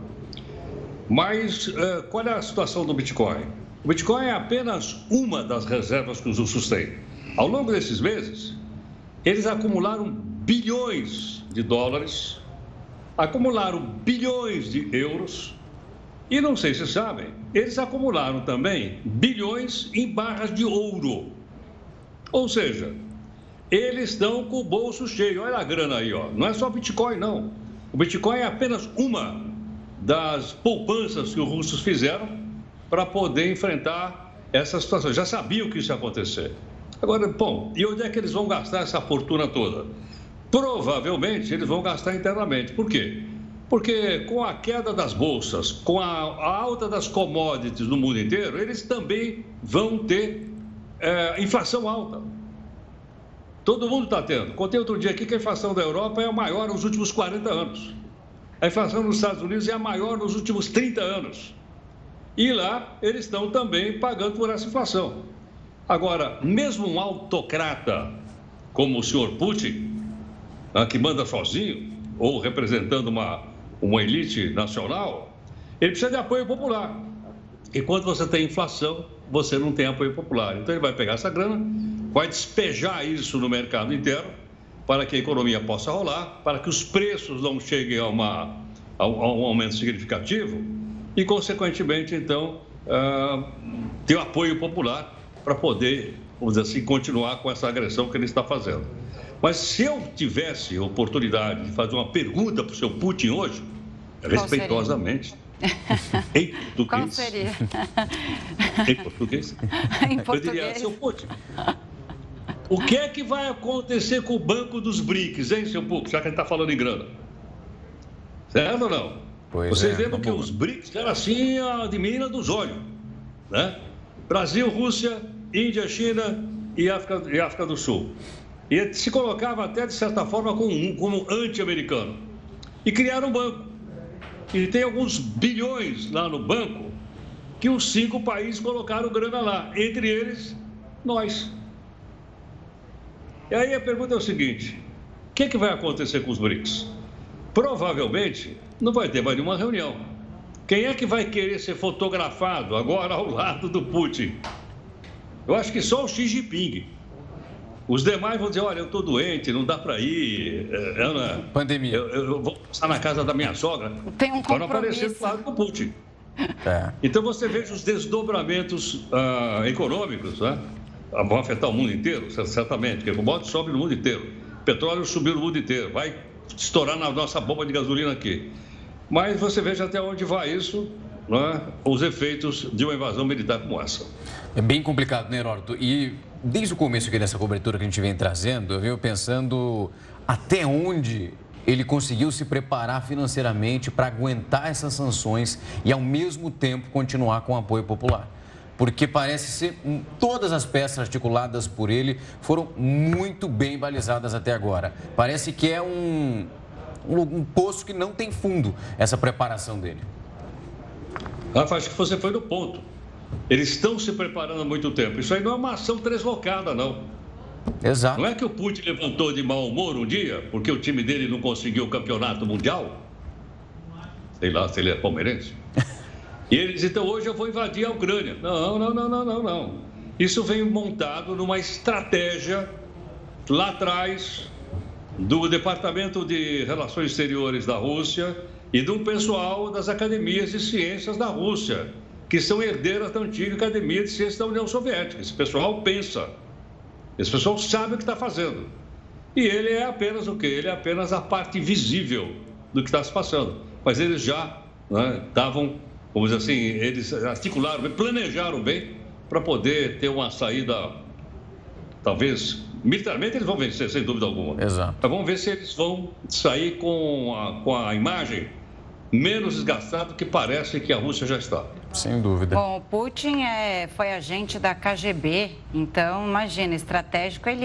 Mas qual é a situação do Bitcoin? O Bitcoin é apenas uma das reservas que os russos têm. Ao longo desses meses, eles acumularam bilhões de dólares, acumularam bilhões de euros e, não sei se sabem, eles acumularam também bilhões em barras de ouro. Ou seja, eles estão com o bolso cheio. Olha a grana aí, ó. Não é só Bitcoin, não. O Bitcoin é apenas uma das poupanças que os russos fizeram para poder enfrentar essa situação. Já sabiam que isso ia acontecer. Agora, bom, e onde é que eles vão gastar essa fortuna toda? Provavelmente eles vão gastar internamente. Por quê? Porque com a queda das bolsas, com a alta das commodities no mundo inteiro, eles também vão ter inflação alta. Todo mundo está tendo. Contei outro dia aqui que a inflação da Europa é a maior nos últimos 40 anos. A inflação nos Estados Unidos é a maior nos últimos 30 anos. E lá eles estão também pagando por essa inflação. Agora, mesmo um autocrata como o senhor Putin, que manda sozinho, ou representando uma elite nacional, ele precisa de apoio popular. E quando você tem inflação, você não tem apoio popular. Então ele vai pegar essa grana, vai despejar isso no mercado inteiro, para que a economia possa rolar, para que os preços não cheguem a um aumento significativo e, consequentemente, então, ter o apoio popular para poder, vamos dizer assim, continuar com essa agressão que ele está fazendo. Mas se eu tivesse oportunidade de fazer uma pergunta para o seu Putin hoje, respeitosamente, em português... Qual seria? Em português? Em português. Eu diria, seu Putin... O que é que vai acontecer com o Banco dos BRICS, hein, seu Puc, já que a gente está falando em grana? Certo ou não? Vocês lembram que os BRICS eram assim de menina dos olhos, né? Brasil, Rússia, Índia, China e África do Sul. E se colocava até, de certa forma, como anti-americano. E criaram um banco. E tem alguns bilhões lá no banco que os 5 países colocaram grana lá, entre eles, nós. E aí a pergunta é o seguinte, o que vai acontecer com os BRICS? Provavelmente não vai ter mais nenhuma reunião. Quem é que vai querer ser fotografado agora ao lado do Putin? Eu acho que só o Xi Jinping. Os demais vão dizer, olha, eu estou doente, não dá para ir. Pandemia. Eu vou passar na casa da minha sogra. Tem um compromisso. Para não aparecer do lado do Putin. Então você veja os desdobramentos econômicos, né? Vão afetar o mundo inteiro, certamente, porque o commodity sobe no mundo inteiro. O petróleo subiu no mundo inteiro, vai estourar na nossa bomba de gasolina aqui. Mas você veja até onde vai isso, né? Os efeitos de uma invasão militar como essa. É bem complicado, né, Heródoto? E desde o começo aqui dessa cobertura que a gente vem trazendo, eu venho pensando até onde ele conseguiu se preparar financeiramente para aguentar essas sanções e, ao mesmo tempo, continuar com o apoio popular. Porque parece ser todas as peças articuladas por ele foram muito bem balizadas até agora. Parece que é um poço que não tem fundo, essa preparação dele. Rafa, acho que você foi no ponto. Eles estão se preparando há muito tempo. Isso aí não é uma ação deslocada, não. Exato. Não é que o Putin levantou de mau humor um dia porque o time dele não conseguiu o campeonato mundial? Sei lá se ele é palmeirense. E ele diz, então hoje eu vou invadir a Ucrânia. Não. Isso vem montado numa estratégia lá atrás do Departamento de Relações Exteriores da Rússia e de um pessoal das academias de ciências da Rússia, que são herdeiras da antiga Academia de Ciências da União Soviética. Esse pessoal pensa, esse pessoal sabe o que está fazendo. E ele é apenas o quê? Ele é apenas a parte visível do que está se passando. Mas eles já estavam, vamos dizer assim, eles articularam bem, planejaram bem para poder ter uma saída, talvez, militarmente eles vão vencer, sem dúvida alguma. Exato. Mas vamos ver se eles vão sair com a imagem menos desgastada do que parece que a Rússia já está. Sem dúvida. Bom, o Putin foi agente da KGB, então, imagina, estratégico ele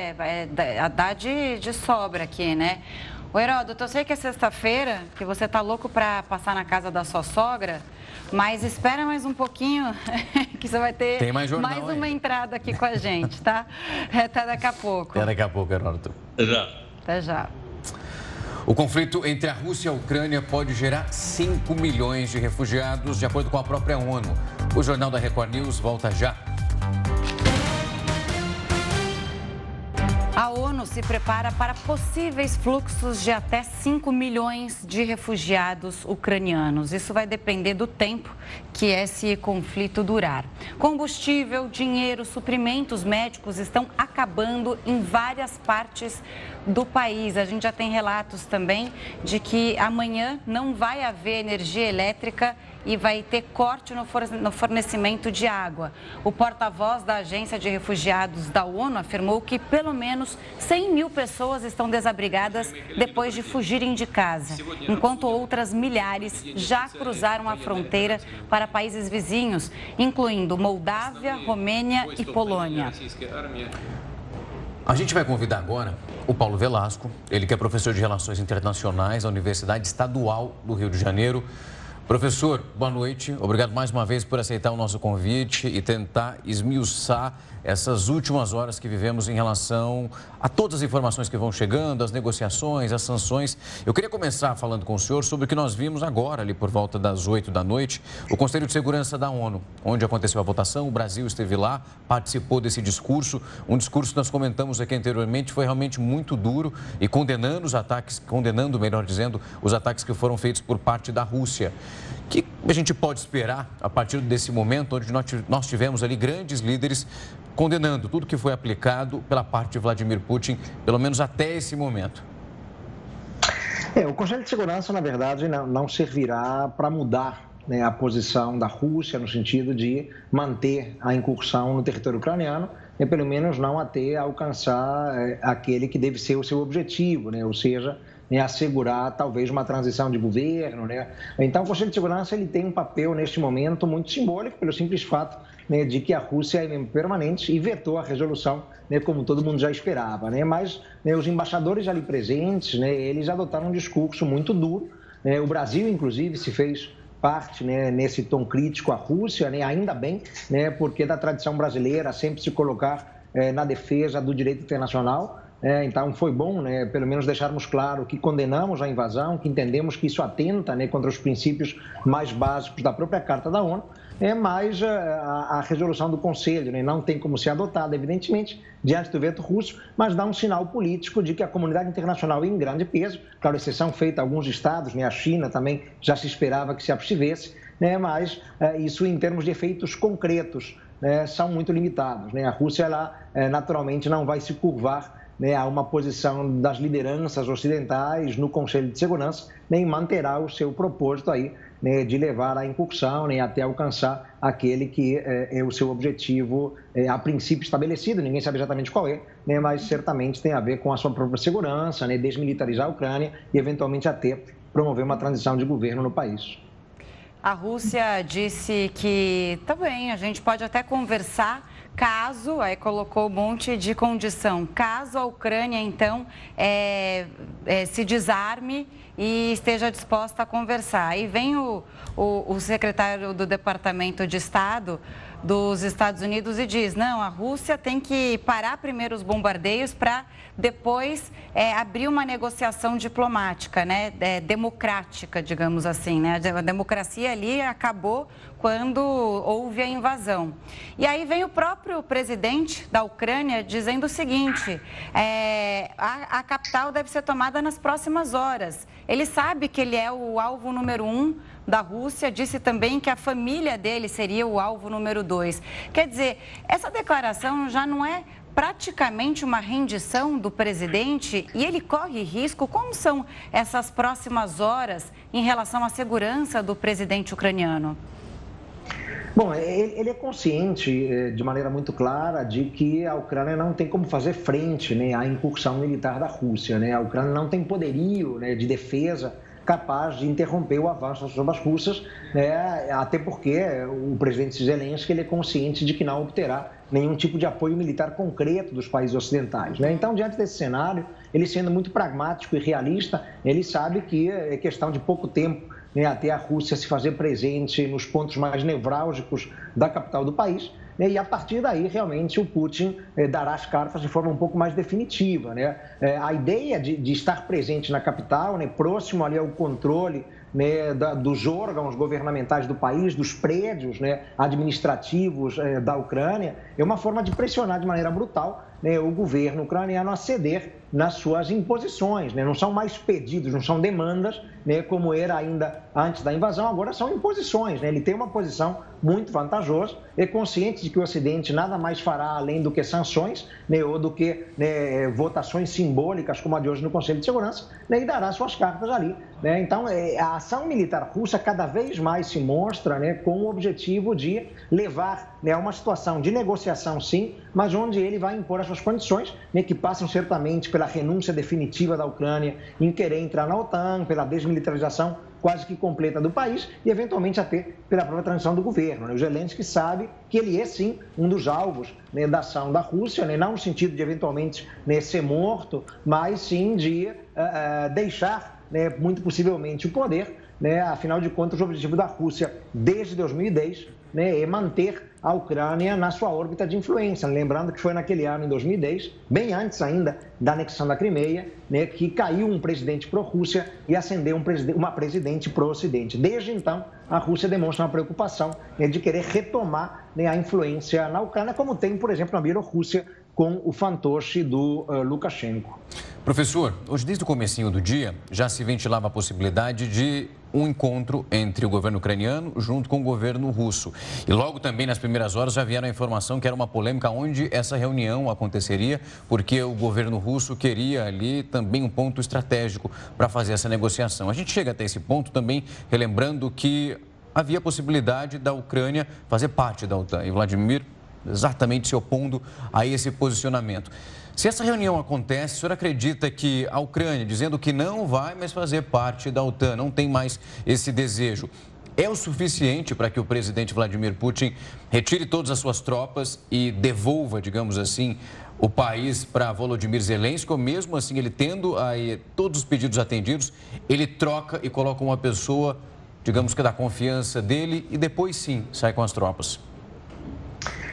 dá de sobra aqui, né? Ô, Heródoto, eu sei que é sexta-feira, que você tá louco para passar na casa da sua sogra, mas espera mais um pouquinho, que você vai ter Tem mais jornal, uma entrada aqui com a gente, tá? Até daqui a pouco. Até daqui a pouco, Heródoto. Até já. O conflito entre a Rússia e a Ucrânia pode gerar 5 milhões de refugiados, de acordo com a própria ONU. O Jornal da Record News volta já. A ONU se prepara para possíveis fluxos de até 5 milhões de refugiados ucranianos. Isso vai depender do tempo que esse conflito durar. Combustível, dinheiro, suprimentos médicos estão acabando em várias partes do país. A gente já tem relatos também de que amanhã não vai haver energia elétrica e vai ter corte no fornecimento de água. O porta-voz da Agência de Refugiados da ONU afirmou que pelo menos 100 mil pessoas estão desabrigadas depois de fugirem de casa, enquanto outras milhares já cruzaram a fronteira para países vizinhos, incluindo Moldávia, Romênia e Polônia. A gente vai convidar agora o Paulo Velasco, ele que é professor de Relações Internacionais da Universidade Estadual do Rio de Janeiro. Professor, boa noite. Obrigado mais uma vez por aceitar o nosso convite e tentar esmiuçar essas últimas horas que vivemos em relação a todas as informações que vão chegando, as negociações, as sanções. Eu queria começar falando com o senhor sobre o que nós vimos agora, ali por volta das 8 da noite, o Conselho de Segurança da ONU, onde aconteceu a votação. O Brasil esteve lá, participou desse discurso. Um discurso que nós comentamos aqui anteriormente foi realmente muito duro e condenando, melhor dizendo, os ataques que foram feitos por parte da Rússia. O que a gente pode esperar a partir desse momento, onde nós tivemos ali grandes líderes condenando tudo que foi aplicado pela parte de Vladimir Putin, pelo menos até esse momento? O Conselho de Segurança, na verdade, não servirá para mudar, né, a posição da Rússia no sentido de manter a incursão no território ucraniano, e pelo menos não até alcançar aquele que deve ser o seu objetivo, né, ou seja, assegurar talvez uma transição de governo, né? Então o Conselho de Segurança ele tem um papel neste momento muito simbólico pelo simples fato, né, de que a Rússia é membro permanente e vetou a resolução, né, como todo mundo já esperava, né? Mas, né, os embaixadores ali presentes, né, eles adotaram um discurso muito duro, né? O Brasil inclusive se fez parte, né, nesse tom crítico à Rússia, né? Ainda bem, né, porque da tradição brasileira sempre se colocar na defesa do direito internacional. Então foi bom, né, pelo menos deixarmos claro que condenamos a invasão, que entendemos que isso atenta, né, contra os princípios mais básicos da própria Carta da ONU, mas a resolução do Conselho, né, não tem como ser adotada, evidentemente, diante do veto russo, mas dá um sinal político de que a comunidade internacional, em grande peso, claro, exceção feita a alguns estados, né, a China também já se esperava que se abstivesse, né, mas isso em termos de efeitos concretos, né, são muito limitados. Né? A Rússia, ela, naturalmente, não vai se curvar, né, a uma posição das lideranças ocidentais no Conselho de Segurança, nem manterá o seu propósito aí, né, de levar a incursão, né, até alcançar aquele que é o seu objetivo a princípio estabelecido, ninguém sabe exatamente qual é, né, mas certamente tem a ver com a sua própria segurança, né, desmilitarizar a Ucrânia e eventualmente até promover uma transição de governo no país. A Rússia disse que também a gente pode até conversar caso, aí colocou um monte de condição, caso a Ucrânia, então, se desarme e esteja disposta a conversar. Aí vem o secretário do Departamento de Estado dos Estados Unidos e diz, não, a Rússia tem que parar primeiro os bombardeios para depois abrir uma negociação diplomática, né, democrática, digamos assim, né? A democracia ali acabou quando houve a invasão. E aí vem o próprio presidente da Ucrânia dizendo o seguinte, a capital deve ser tomada nas próximas horas. Ele sabe que ele é o alvo número 1 da Rússia, disse também que a família dele seria o alvo número 2. Quer dizer, essa declaração já não é praticamente uma rendição do presidente e ele corre risco? Como são essas próximas horas em relação à segurança do presidente ucraniano? Bom, ele é consciente de maneira muito clara de que a Ucrânia não tem como fazer frente, né, à incursão militar da Rússia. Né? A Ucrânia não tem poderio, né, de defesa capaz de interromper o avanço das tropas russas, né, até porque o presidente Zelensky ele é consciente de que não obterá nenhum tipo de apoio militar concreto dos países ocidentais. Né? Então, diante desse cenário, ele sendo muito pragmático e realista, ele sabe que é questão de pouco tempo, né, até a Rússia se fazer presente nos pontos mais nevrálgicos da capital do país, né, e a partir daí realmente o Putin dará as cartas de forma um pouco mais definitiva. Né? A ideia de estar presente na capital, né, próximo ali ao controle, né, dos órgãos governamentais do país, dos prédios, né, administrativos da Ucrânia, é uma forma de pressionar de maneira brutal, né, o governo ucraniano a ceder nas suas imposições. Né? Não são mais pedidos, não são demandas, né, como era ainda antes da invasão, agora são imposições. Né? Ele tem uma posição muito vantajosa, é consciente de que o Ocidente nada mais fará além do que sanções, né, ou do que, né, votações simbólicas como a de hoje no Conselho de Segurança, né, e dará suas cartas ali. Né? Então, a ação militar russa cada vez mais se mostra, né, com o objetivo de levar, né, a uma situação de negociação, sim, mas onde ele vai impor as suas condições, né, que passam certamente pela renúncia definitiva da Ucrânia em querer entrar na OTAN, pela desmilitarização quase que completa do país e, eventualmente, até pela própria transição do governo. Né? O Zelensky sabe que ele é, sim, um dos alvos, né, da ação da Rússia, né? Não no sentido de, eventualmente, né, ser morto, mas, sim, de deixar, né, muito possivelmente, o poder. Né? Afinal de contas, o objetivo da Rússia, desde 2010, né, é manter a Ucrânia na sua órbita de influência. Lembrando que foi naquele ano, em 2010, bem antes ainda da anexação da Crimeia, né, que caiu um presidente pró-Rússia e ascendeu uma presidente pró-Ocidente. Desde então, a Rússia demonstra uma preocupação, né, de querer retomar, né, a influência na Ucrânia, como tem, por exemplo, na Bielorrússia, com o fantoche do Lukashenko. Professor, hoje desde o comecinho do dia já se ventilava a possibilidade de um encontro entre o governo ucraniano junto com o governo russo. E logo também nas primeiras horas já vieram a informação que era uma polêmica onde essa reunião aconteceria, porque o governo russo queria ali também um ponto estratégico para fazer essa negociação. A gente chega até esse ponto também relembrando que havia a possibilidade da Ucrânia fazer parte da OTAN e Vladimir exatamente se opondo a esse posicionamento. Se essa reunião acontece, o senhor acredita que a Ucrânia, dizendo que não vai mais fazer parte da OTAN, não tem mais esse desejo, é o suficiente para que o presidente Vladimir Putin retire todas as suas tropas e devolva, digamos assim, o país para Volodymyr Zelensky, ou mesmo assim, ele tendo aí todos os pedidos atendidos, ele troca e coloca uma pessoa, digamos que da confiança dele e depois sim sai com as tropas?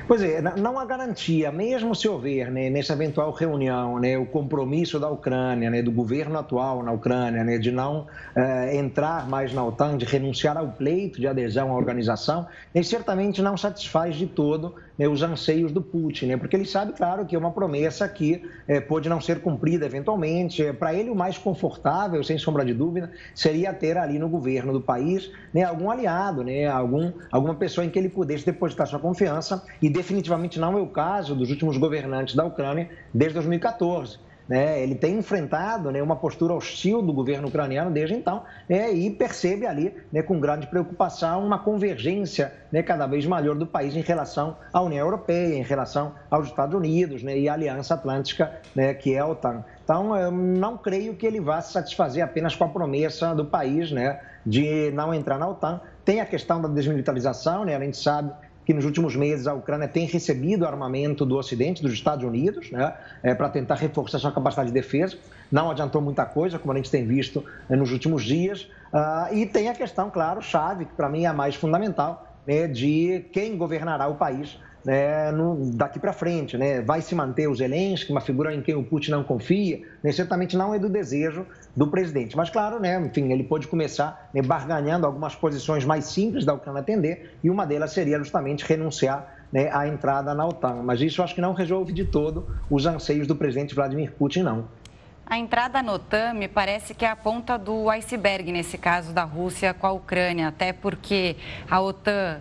Pois é, não há garantia, mesmo se houver, né, nessa eventual reunião, né, o compromisso da Ucrânia, né, do governo atual na Ucrânia, né, de não entrar mais na OTAN, de renunciar ao pleito de adesão à organização, ele certamente não satisfaz de todo, né, os anseios do Putin, né, porque ele sabe, claro, que é uma promessa que pode não ser cumprida eventualmente. Para ele, o mais confortável, sem sombra de dúvida, seria ter ali no governo do país, né, algum aliado, né, alguma pessoa em que ele pudesse depositar sua confiança, e definitivamente não é o caso dos últimos governantes da Ucrânia desde 2014. Né? Ele tem enfrentado, né, uma postura hostil do governo ucraniano desde então, né, e percebe ali, né, com grande preocupação, uma convergência, né, cada vez maior do país em relação à União Europeia, em relação aos Estados Unidos, né, e à Aliança Atlântica, né, que é a OTAN. Então, eu não creio que ele vá se satisfazer apenas com a promessa do país, né, de não entrar na OTAN. Tem a questão da desmilitarização, né, a gente sabe que nos últimos meses a Ucrânia tem recebido armamento do Ocidente, dos Estados Unidos, né, para tentar reforçar sua capacidade de defesa. Não adiantou muita coisa, como a gente tem visto nos últimos dias. E tem a questão, claro, chave, que para mim é a mais fundamental, né, de quem governará o país, né, daqui para frente, né? Vai se manter o Zelensky, uma figura em quem o Putin não confia, né? Certamente não é do desejo do presidente. Mas, claro, né, enfim, ele pode começar, né, barganhando algumas posições mais simples da Ucrânia atender, e uma delas seria justamente renunciar, né, à entrada na OTAN. Mas isso acho que não resolve de todo os anseios do presidente Vladimir Putin, não. A entrada na OTAN me parece que é a ponta do iceberg, nesse caso da Rússia com a Ucrânia, até porque a OTAN,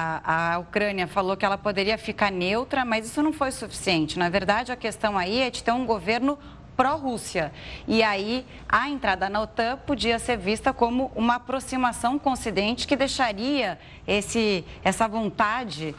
a Ucrânia falou que ela poderia ficar neutra, mas isso não foi suficiente. Na verdade, a questão aí é de ter um governo pró-Rússia. E aí, a entrada na OTAN podia ser vista como uma aproximação com o Ocidente que deixaria essa vontade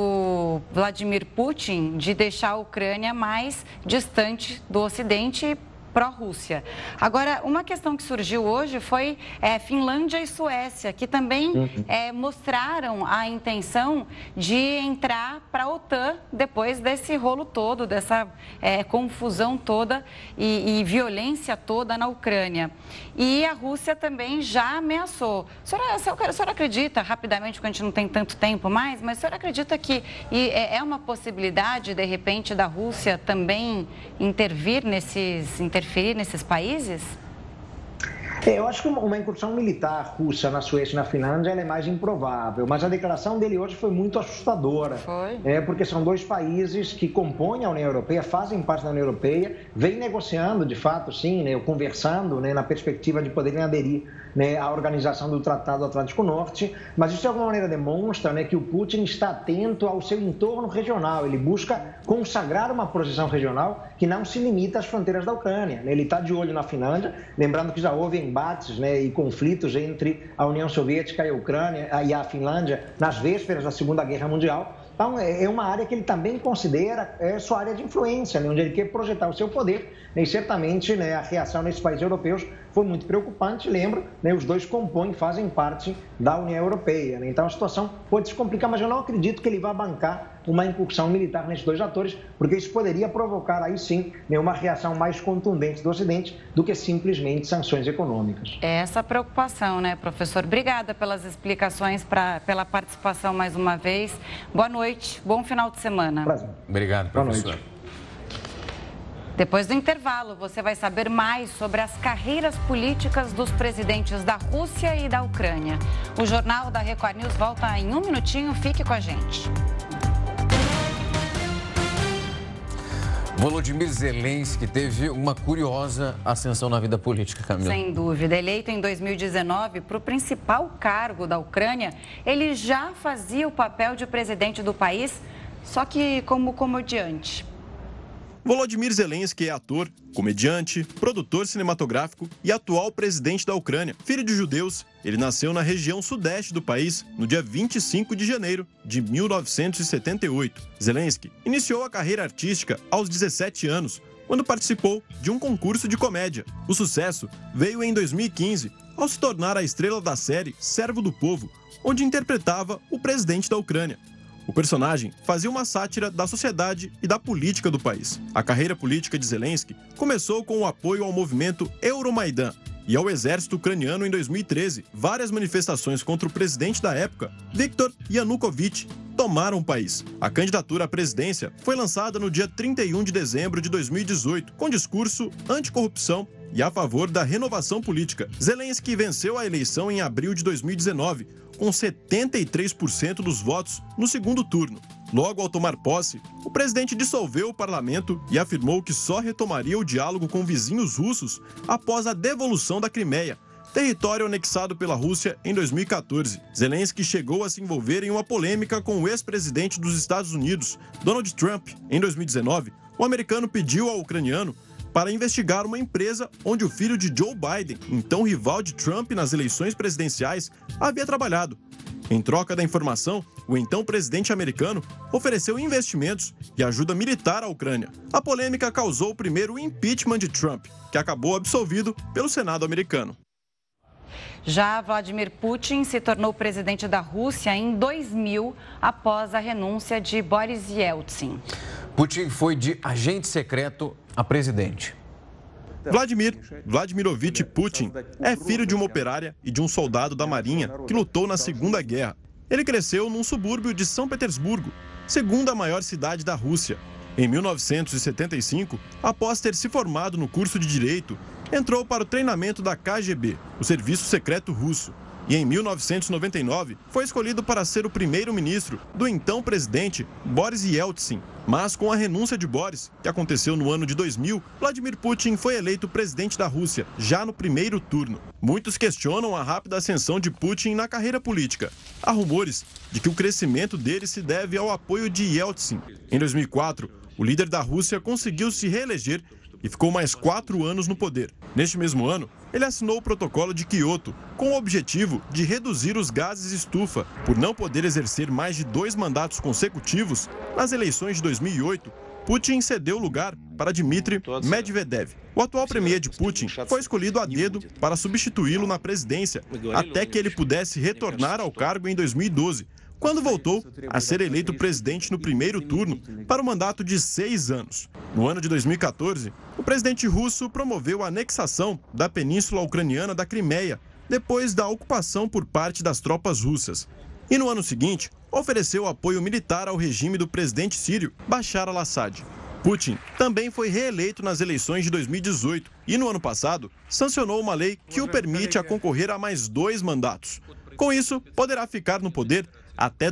do Vladimir Putin de deixar a Ucrânia mais distante do Ocidente, pró-Rússia. Agora, uma questão que surgiu hoje foi Finlândia e Suécia, que também mostraram a intenção de entrar para a OTAN depois desse rolo todo, dessa confusão toda e violência toda na Ucrânia. E a Rússia também já ameaçou. A senhora acredita, rapidamente, porque a gente não tem tanto tempo mais, mas a senhora acredita que é uma possibilidade, de repente, da Rússia também interferir nesses países? Eu acho que uma incursão militar russa na Suécia e na Finlândia ela é mais improvável, mas a declaração dele hoje foi muito assustadora. Porque são dois países que compõem a União Europeia, fazem parte da União Europeia, vêm negociando, de fato, sim, né, conversando, né, na perspectiva de poderem aderir, né, à organização do Tratado Atlântico Norte, mas isso de alguma maneira demonstra, né, que o Putin está atento ao seu entorno regional, ele busca consagrar uma posição regional que não se limita às fronteiras da Ucrânia. Ele está de olho na Finlândia, lembrando que já houve embates, né, e conflitos entre a União Soviética e a Ucrânia e a Finlândia nas vésperas da Segunda Guerra Mundial. Então, é uma área que ele também considera sua área de influência, né, onde ele quer projetar o seu poder, né, e certamente, né, a reação nesses países europeus foi muito preocupante. Lembro, né, os dois fazem parte da União Europeia, né, então a situação pode se complicar, mas eu não acredito que ele vá bancar uma incursão militar nesses dois atores, porque isso poderia provocar aí sim, né, uma reação mais contundente do Ocidente do que simplesmente sanções econômicas. É essa preocupação, né, professor? Obrigada pelas explicações, pela participação mais uma vez. Boa noite, bom final de semana. Prazer. Obrigado, professor. Depois do intervalo, você vai saber mais sobre as carreiras políticas dos presidentes da Rússia e da Ucrânia. O Jornal da Record News volta em um minutinho, fique com a gente. Volodymyr Zelensky teve uma curiosa ascensão na vida política, Camila. Sem dúvida. Eleito em 2019 para o principal cargo da Ucrânia, ele já fazia o papel de presidente do país, só que como comediante. Volodymyr Zelensky é ator, comediante, produtor cinematográfico e atual presidente da Ucrânia. Filho de judeus, ele nasceu na região sudeste do país no dia 25 de janeiro de 1978. Zelensky iniciou a carreira artística aos 17 anos, quando participou de um concurso de comédia. O sucesso veio em 2015, ao se tornar a estrela da série Servo do Povo, onde interpretava o presidente da Ucrânia. O personagem fazia uma sátira da sociedade e da política do país. A carreira política de Zelensky começou com o apoio ao movimento Euromaidan e ao exército ucraniano em 2013. Várias manifestações contra o presidente da época, Viktor Yanukovych, tomaram o país. A candidatura à presidência foi lançada no dia 31 de dezembro de 2018, com discurso anticorrupção e a favor da renovação política. Zelensky venceu a eleição em abril de 2019, com 73% dos votos no segundo turno. Logo ao tomar posse, o presidente dissolveu o parlamento e afirmou que só retomaria o diálogo com vizinhos russos após a devolução da Crimeia, território anexado pela Rússia em 2014. Zelensky chegou a se envolver em uma polêmica com o ex-presidente dos Estados Unidos, Donald Trump. Em 2019, o americano pediu ao ucraniano para investigar uma empresa onde o filho de Joe Biden, então rival de Trump nas eleições presidenciais, havia trabalhado. Em troca da informação, o então presidente americano ofereceu investimentos e ajuda militar à Ucrânia. A polêmica causou o primeiro impeachment de Trump, que acabou absolvido pelo Senado americano. Já Vladimir Putin se tornou presidente da Rússia em 2000, após a renúncia de Boris Yeltsin. Putin foi de agente secreto a presidente. Vladimir Vladimirovich Putin é filho de uma operária e de um soldado da Marinha que lutou na Segunda Guerra. Ele cresceu num subúrbio de São Petersburgo, segunda maior cidade da Rússia. Em 1975, após ter se formado no curso de Direito, entrou para o treinamento da KGB, o Serviço Secreto Russo. E em 1999, foi escolhido para ser o primeiro-ministro do então presidente Boris Yeltsin. Mas com a renúncia de Boris, que aconteceu no ano de 2000, Vladimir Putin foi eleito presidente da Rússia, já no primeiro turno. Muitos questionam a rápida ascensão de Putin na carreira política. Há rumores de que o crescimento dele se deve ao apoio de Yeltsin. Em 2004, o líder da Rússia conseguiu se reeleger e ficou mais 4 anos no poder. Neste mesmo ano, ele assinou o Protocolo de Quioto, com o objetivo de reduzir os gases estufa. Por não poder exercer mais de 2 mandatos consecutivos, nas eleições de 2008, Putin cedeu lugar para Dmitry Medvedev. O atual premier de Putin foi escolhido a dedo para substituí-lo na presidência, até que ele pudesse retornar ao cargo em 2012, quando voltou a ser eleito presidente no primeiro turno para um mandato de 6 anos. No ano de 2014, o presidente russo promoveu a anexação da península ucraniana da Crimeia, depois da ocupação por parte das tropas russas. E no ano seguinte, ofereceu apoio militar ao regime do presidente sírio Bashar al-Assad. Putin também foi reeleito nas eleições de 2018 e, no ano passado, sancionou uma lei que o permite a concorrer a mais 2 mandatos. Com isso, poderá ficar no poder até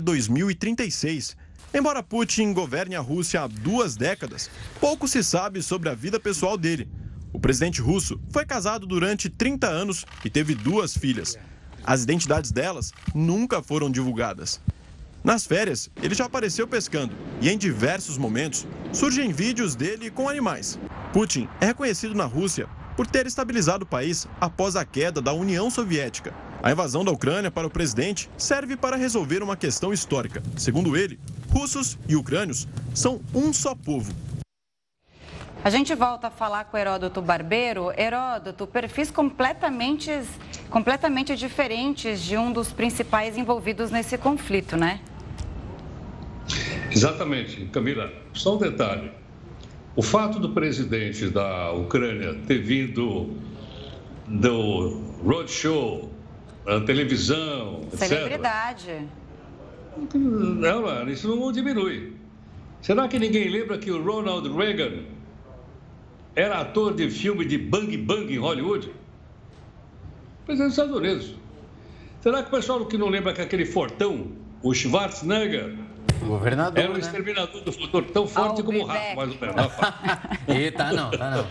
2036. Embora Putin governe a Rússia há 2 décadas, pouco se sabe sobre a vida pessoal dele. O presidente russo foi casado durante 30 anos e teve 2 filhas. As identidades delas nunca foram divulgadas. Nas férias, ele já apareceu pescando e em diversos momentos surgem vídeos dele com animais. Putin é reconhecido na Rússia por ter estabilizado o país após a queda da União Soviética. A invasão da Ucrânia para o presidente serve para resolver uma questão histórica. Segundo ele, russos e ucrânios são um só povo. A gente volta a falar com o Heródoto Barbeiro. Heródoto, perfis completamente diferentes de um dos principais envolvidos nesse conflito, né? Exatamente, Camila. Só um detalhe. O fato do presidente da Ucrânia ter vindo do roadshow, da televisão, celebridade. Etc. Não, isso não diminui. Será que ninguém lembra que o Ronald Reagan era ator de filme de Bang Bang em Hollywood? Presidente dos Estados Unidos. Será que o pessoal que não lembra que aquele fortão, o Schwarzenegger, governador, era um exterminador do futuro tão forte como o Rafa, mais ou menos. E tá não.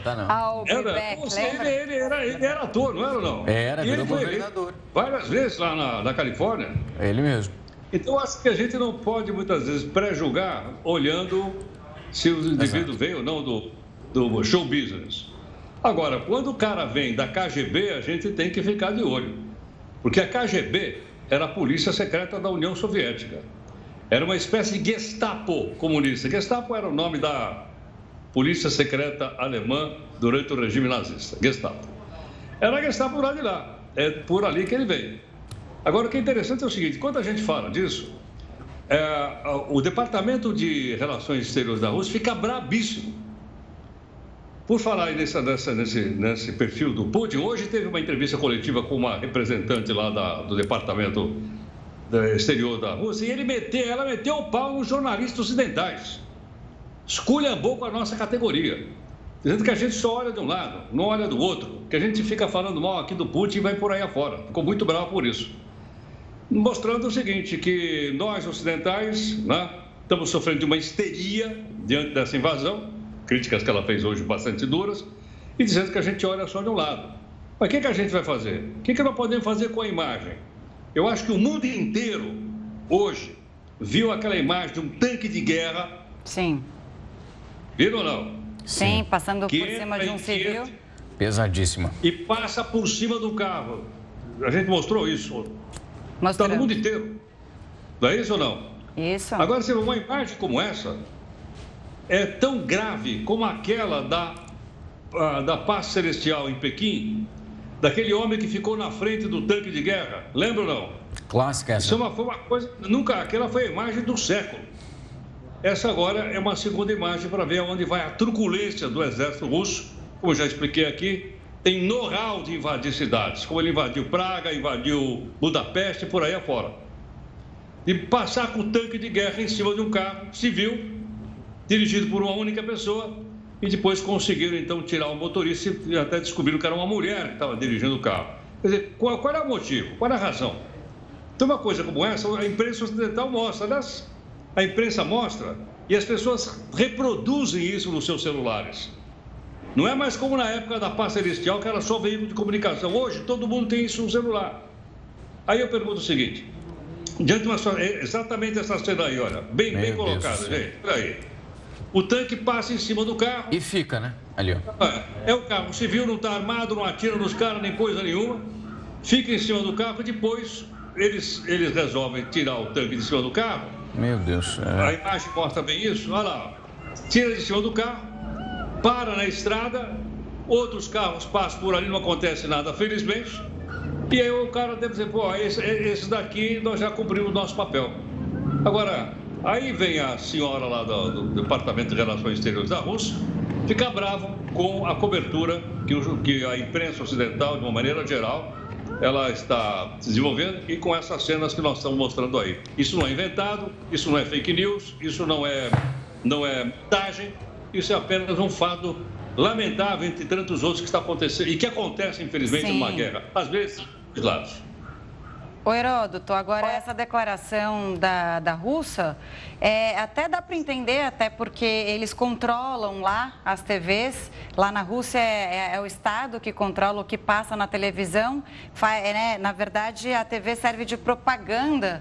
Ele era ator, não era ou não? Era, e virou ele foi governador. Várias vezes lá na Califórnia. Ele mesmo. Então, acho que a gente não pode, muitas vezes, pré-julgar olhando se o indivíduo veio ou não do show business. Agora, quando o cara vem da KGB, a gente tem que ficar de olho. Porque a KGB era a polícia secreta da União Soviética. Era uma espécie de Gestapo comunista. Gestapo era o nome da polícia secreta alemã durante o regime nazista. Gestapo. Era a Gestapo lá de lá. É por ali que ele veio. Agora, o que é interessante é o seguinte, quando a gente fala disso, o Departamento de Relações Exteriores da Rússia fica brabíssimo. Por falar aí nesse perfil do Putin, hoje teve uma entrevista coletiva com uma representante lá do Departamento exterior da Rússia, e ela meteu o pau nos jornalistas ocidentais. Esculhambou com a nossa categoria, dizendo que a gente só olha de um lado, não olha do outro, que a gente fica falando mal aqui do Putin e vai por aí afora. Ficou muito bravo por isso. Mostrando o seguinte, que nós ocidentais, né, estamos sofrendo de uma histeria diante dessa invasão, críticas que ela fez hoje bastante duras, e dizendo que a gente olha só de um lado. Mas o que a gente vai fazer? O que nós podemos fazer com a imagem? Eu acho que o mundo inteiro, hoje, viu aquela imagem de um tanque de guerra. Sim. Viram ou não? Sim, passando por cima de um civil. Pesadíssima. E passa por cima do carro. A gente mostrou isso. Mostrando. Está no mundo inteiro. Não é isso ou não? Isso. Agora, se uma imagem como essa é tão grave como aquela da Paz Celestial em Pequim, daquele homem que ficou na frente do tanque de guerra. Lembra ou não? Clássica essa. Isso foi uma coisa... Aquela foi a imagem do século. Essa agora é uma segunda imagem para ver onde vai a truculência do exército russo. Como eu já expliquei aqui, tem know-how de invadir cidades, como ele invadiu Praga, invadiu Budapeste e por aí afora. E passar com o tanque de guerra em cima de um carro civil, dirigido por uma única pessoa, e depois conseguiram, então, tirar o motorista e até descobriram que era uma mulher que estava dirigindo o carro. Quer dizer, qual é o motivo? Qual é a razão? Então, uma coisa como essa, a imprensa ocidental mostra, aliás, a imprensa mostra e as pessoas reproduzem isso nos seus celulares. Não é mais como na época da Paz Celestial, que era só veículo de comunicação. Hoje, todo mundo tem isso no celular. Aí eu pergunto o seguinte, diante de uma situação, exatamente essa cena aí, olha, bem colocada, gente, olha aí. O tanque passa em cima do carro. E fica, né? Ali, ó. É o carro civil, não está armado, não atira nos caras, nem coisa nenhuma. Fica em cima do carro e depois eles resolvem tirar o tanque de cima do carro. Meu Deus. A imagem mostra bem isso. Olha lá. Tira de cima do carro, para na estrada, outros carros passam por ali, não acontece nada, felizmente. E aí o cara deve dizer, pô, esse daqui nós já cumprimos o nosso papel. Agora, aí vem a senhora lá do Departamento de Relações Exteriores da Rússia, fica bravo com a cobertura que a imprensa ocidental, de uma maneira geral, ela está desenvolvendo e com essas cenas que nós estamos mostrando aí. Isso não é inventado, isso não é fake news, isso não é montagem, isso é apenas um fato lamentável entre tantos outros que está acontecendo e que acontece, infelizmente, numa guerra, às vezes, dos lados. Ô Heródoto, agora essa declaração da Rússia, até dá para entender, até porque eles controlam lá as TVs, lá na Rússia é o Estado que controla o que passa na televisão, na verdade a TV serve de propaganda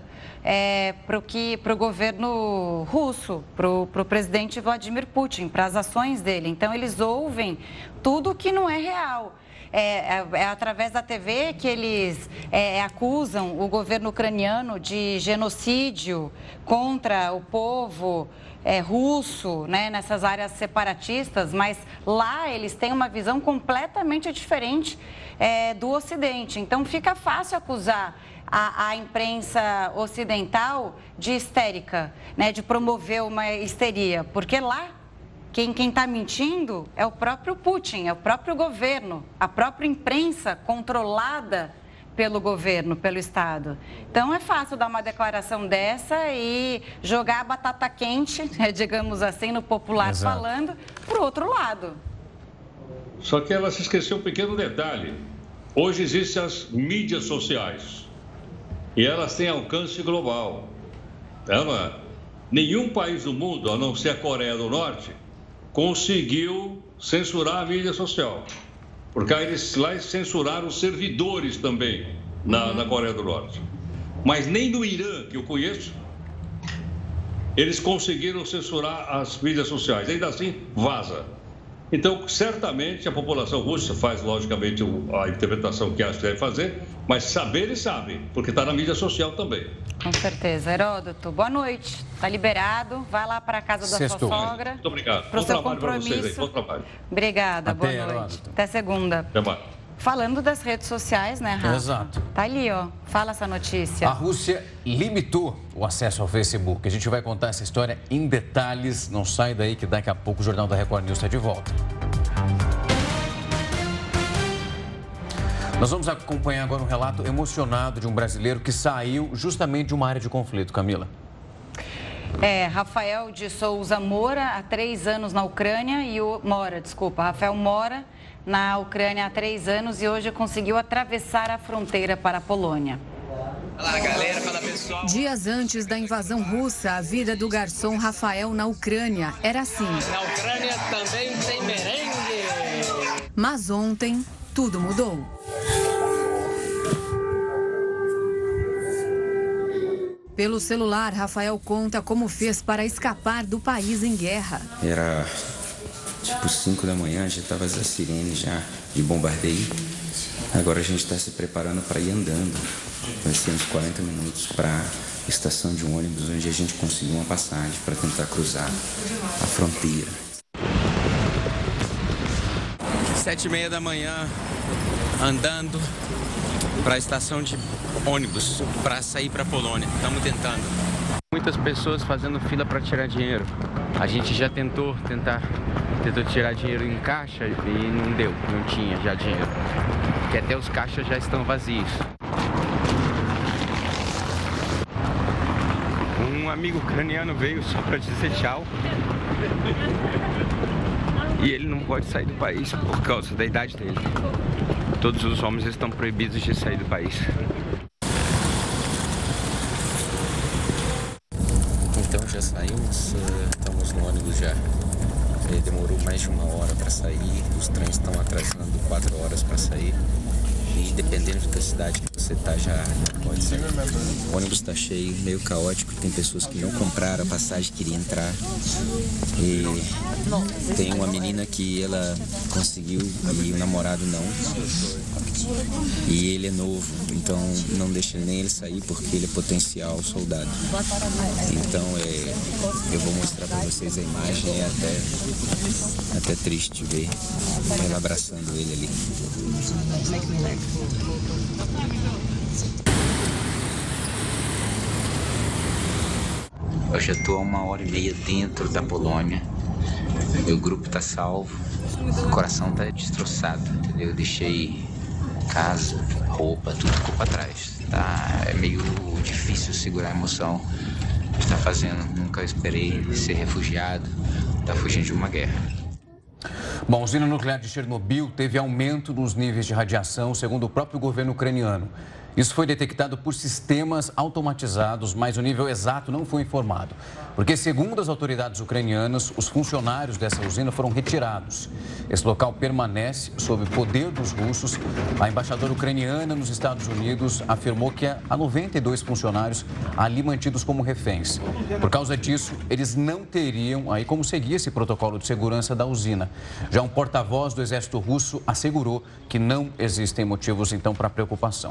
para o governo russo, para o presidente Vladimir Putin, para as ações dele, então eles ouvem tudo que não é real. É através da TV que eles acusam o governo ucraniano de genocídio contra o povo russo, né, nessas áreas separatistas, mas lá eles têm uma visão completamente diferente do Ocidente. Então fica fácil acusar a imprensa ocidental de histérica, né, de promover uma histeria, porque lá quem está mentindo é o próprio Putin, é o próprio governo, a própria imprensa controlada pelo governo, pelo Estado. Então é fácil dar uma declaração dessa e jogar a batata quente, digamos assim, no popular falando, para o outro lado. Só que ela se esqueceu um pequeno detalhe. Hoje existem as mídias sociais e elas têm alcance global. Nenhum país do mundo, a não ser a Coreia do Norte, conseguiu censurar a mídia social. Porque eles lá censuraram os servidores também na Coreia do Norte. Mas nem no Irã, que eu conheço, eles conseguiram censurar as mídias sociais. Ainda assim, vaza. Então, certamente, a população russa faz, logicamente, a interpretação que acha que deve fazer, mas saber eles sabem, porque está na mídia social também. Com certeza. Heródoto, boa noite. Está liberado. Vai lá para a casa da sua sogra. Muito obrigado. Para o seu compromisso. Bom trabalho. Obrigada. Boa noite. Heródoto. Até segunda. Até mais. Falando das redes sociais, né, Rafa? Exato. Tá ali, ó. Fala essa notícia. A Rússia limitou o acesso ao Facebook. A gente vai contar essa história em detalhes. Não sai daí que daqui a pouco o Jornal da Record News está de volta. Nós vamos acompanhar agora um relato emocionado de um brasileiro que saiu justamente de uma área de conflito, Camila. Rafael de Souza mora há 3 anos na Ucrânia Rafael mora na Ucrânia há 3 anos e hoje conseguiu atravessar a fronteira para a Polônia. Olá, galera, fala pessoal. Dias antes da invasão russa, a vida do garçom Rafael na Ucrânia era assim. Na Ucrânia também tem merengue. Mas ontem, tudo mudou. Pelo celular, Rafael conta como fez para escapar do país em guerra. Era tipo 5 da manhã, já estava as sirenes já de bombardeio. Agora a gente está se preparando para ir andando. Vai ser uns 40 minutos para a estação de um ônibus, onde a gente conseguiu uma passagem para tentar cruzar a fronteira. 7h30 da manhã, andando para a estação de ônibus para sair para a Polônia. Estamos tentando. Muitas pessoas fazendo fila para tirar dinheiro. A gente já tentou tirar dinheiro em caixa e não deu, não tinha já dinheiro. Porque até os caixas já estão vazios. Um amigo ucraniano veio só para dizer tchau. E ele não pode sair do país por causa da idade dele. Todos os homens estão proibidos de sair do país. Então já saímos, estamos no ônibus já. Demorou mais de 1 hora para sair, os trens estão atrasando 4 horas para sair. E dependendo da cidade que você está, já pode sair. O ônibus está cheio, meio caótico, tem pessoas que não compraram a passagem, queriam entrar. E tem uma menina que ela conseguiu e o namorado não. E ele é novo, então não deixa nem ele sair porque ele é potencial soldado. Então eu vou mostrar para vocês a imagem, é até triste ver ela abraçando ele ali. Eu já estou há 1h30 dentro da Polônia. Meu grupo está salvo. O coração está destroçado, entendeu? Eu deixei casa, roupa, tudo ficou para trás. Tá? É meio difícil segurar a emoção que está fazendo. Nunca esperei ser refugiado. Está fugindo de uma guerra. Bom, a usina nuclear de Chernobyl teve aumento nos níveis de radiação, segundo o próprio governo ucraniano. Isso foi detectado por sistemas automatizados, mas o nível exato não foi informado. Porque, segundo as autoridades ucranianas, os funcionários dessa usina foram retirados. Esse local permanece sob poder dos russos. A embaixadora ucraniana nos Estados Unidos afirmou que há 92 funcionários ali mantidos como reféns. Por causa disso, eles não teriam aí como seguir esse protocolo de segurança da usina. Já um porta-voz do exército russo assegurou que não existem motivos, então, para preocupação.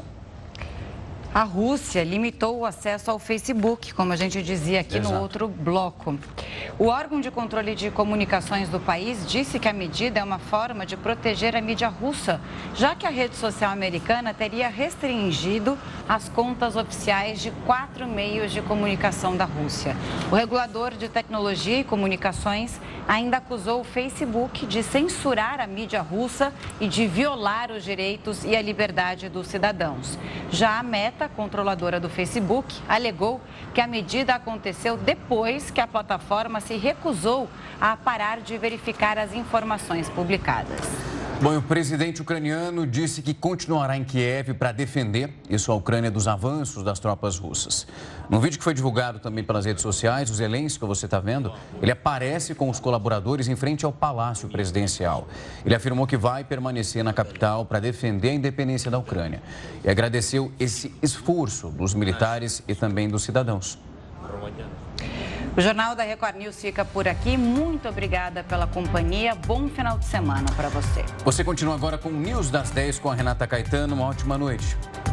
A Rússia limitou o acesso ao Facebook, como a gente dizia aqui no outro bloco. O órgão de controle de comunicações do país disse que a medida é uma forma de proteger a mídia russa, já que a rede social americana teria restringido as contas oficiais de 4 meios de comunicação da Rússia. O regulador de tecnologia e comunicações ainda acusou o Facebook de censurar a mídia russa e de violar os direitos e a liberdade dos cidadãos. Já a Meta, controladora do Facebook, alegou que a medida aconteceu depois que a plataforma se recusou a parar de verificar as informações publicadas. Bom, o presidente ucraniano disse que continuará em Kiev para defender a Ucrânia dos avanços das tropas russas. Num vídeo que foi divulgado também pelas redes sociais, o Zelensky, que você está vendo, ele aparece com os colaboradores em frente ao Palácio Presidencial. Ele afirmou que vai permanecer na capital para defender a independência da Ucrânia e agradeceu esse esforço dos militares e também dos cidadãos. O Jornal da Record News fica por aqui. Muito obrigada pela companhia. Bom final de semana para você. Você continua agora com o News das 10 com a Renata Caetano. Uma ótima noite.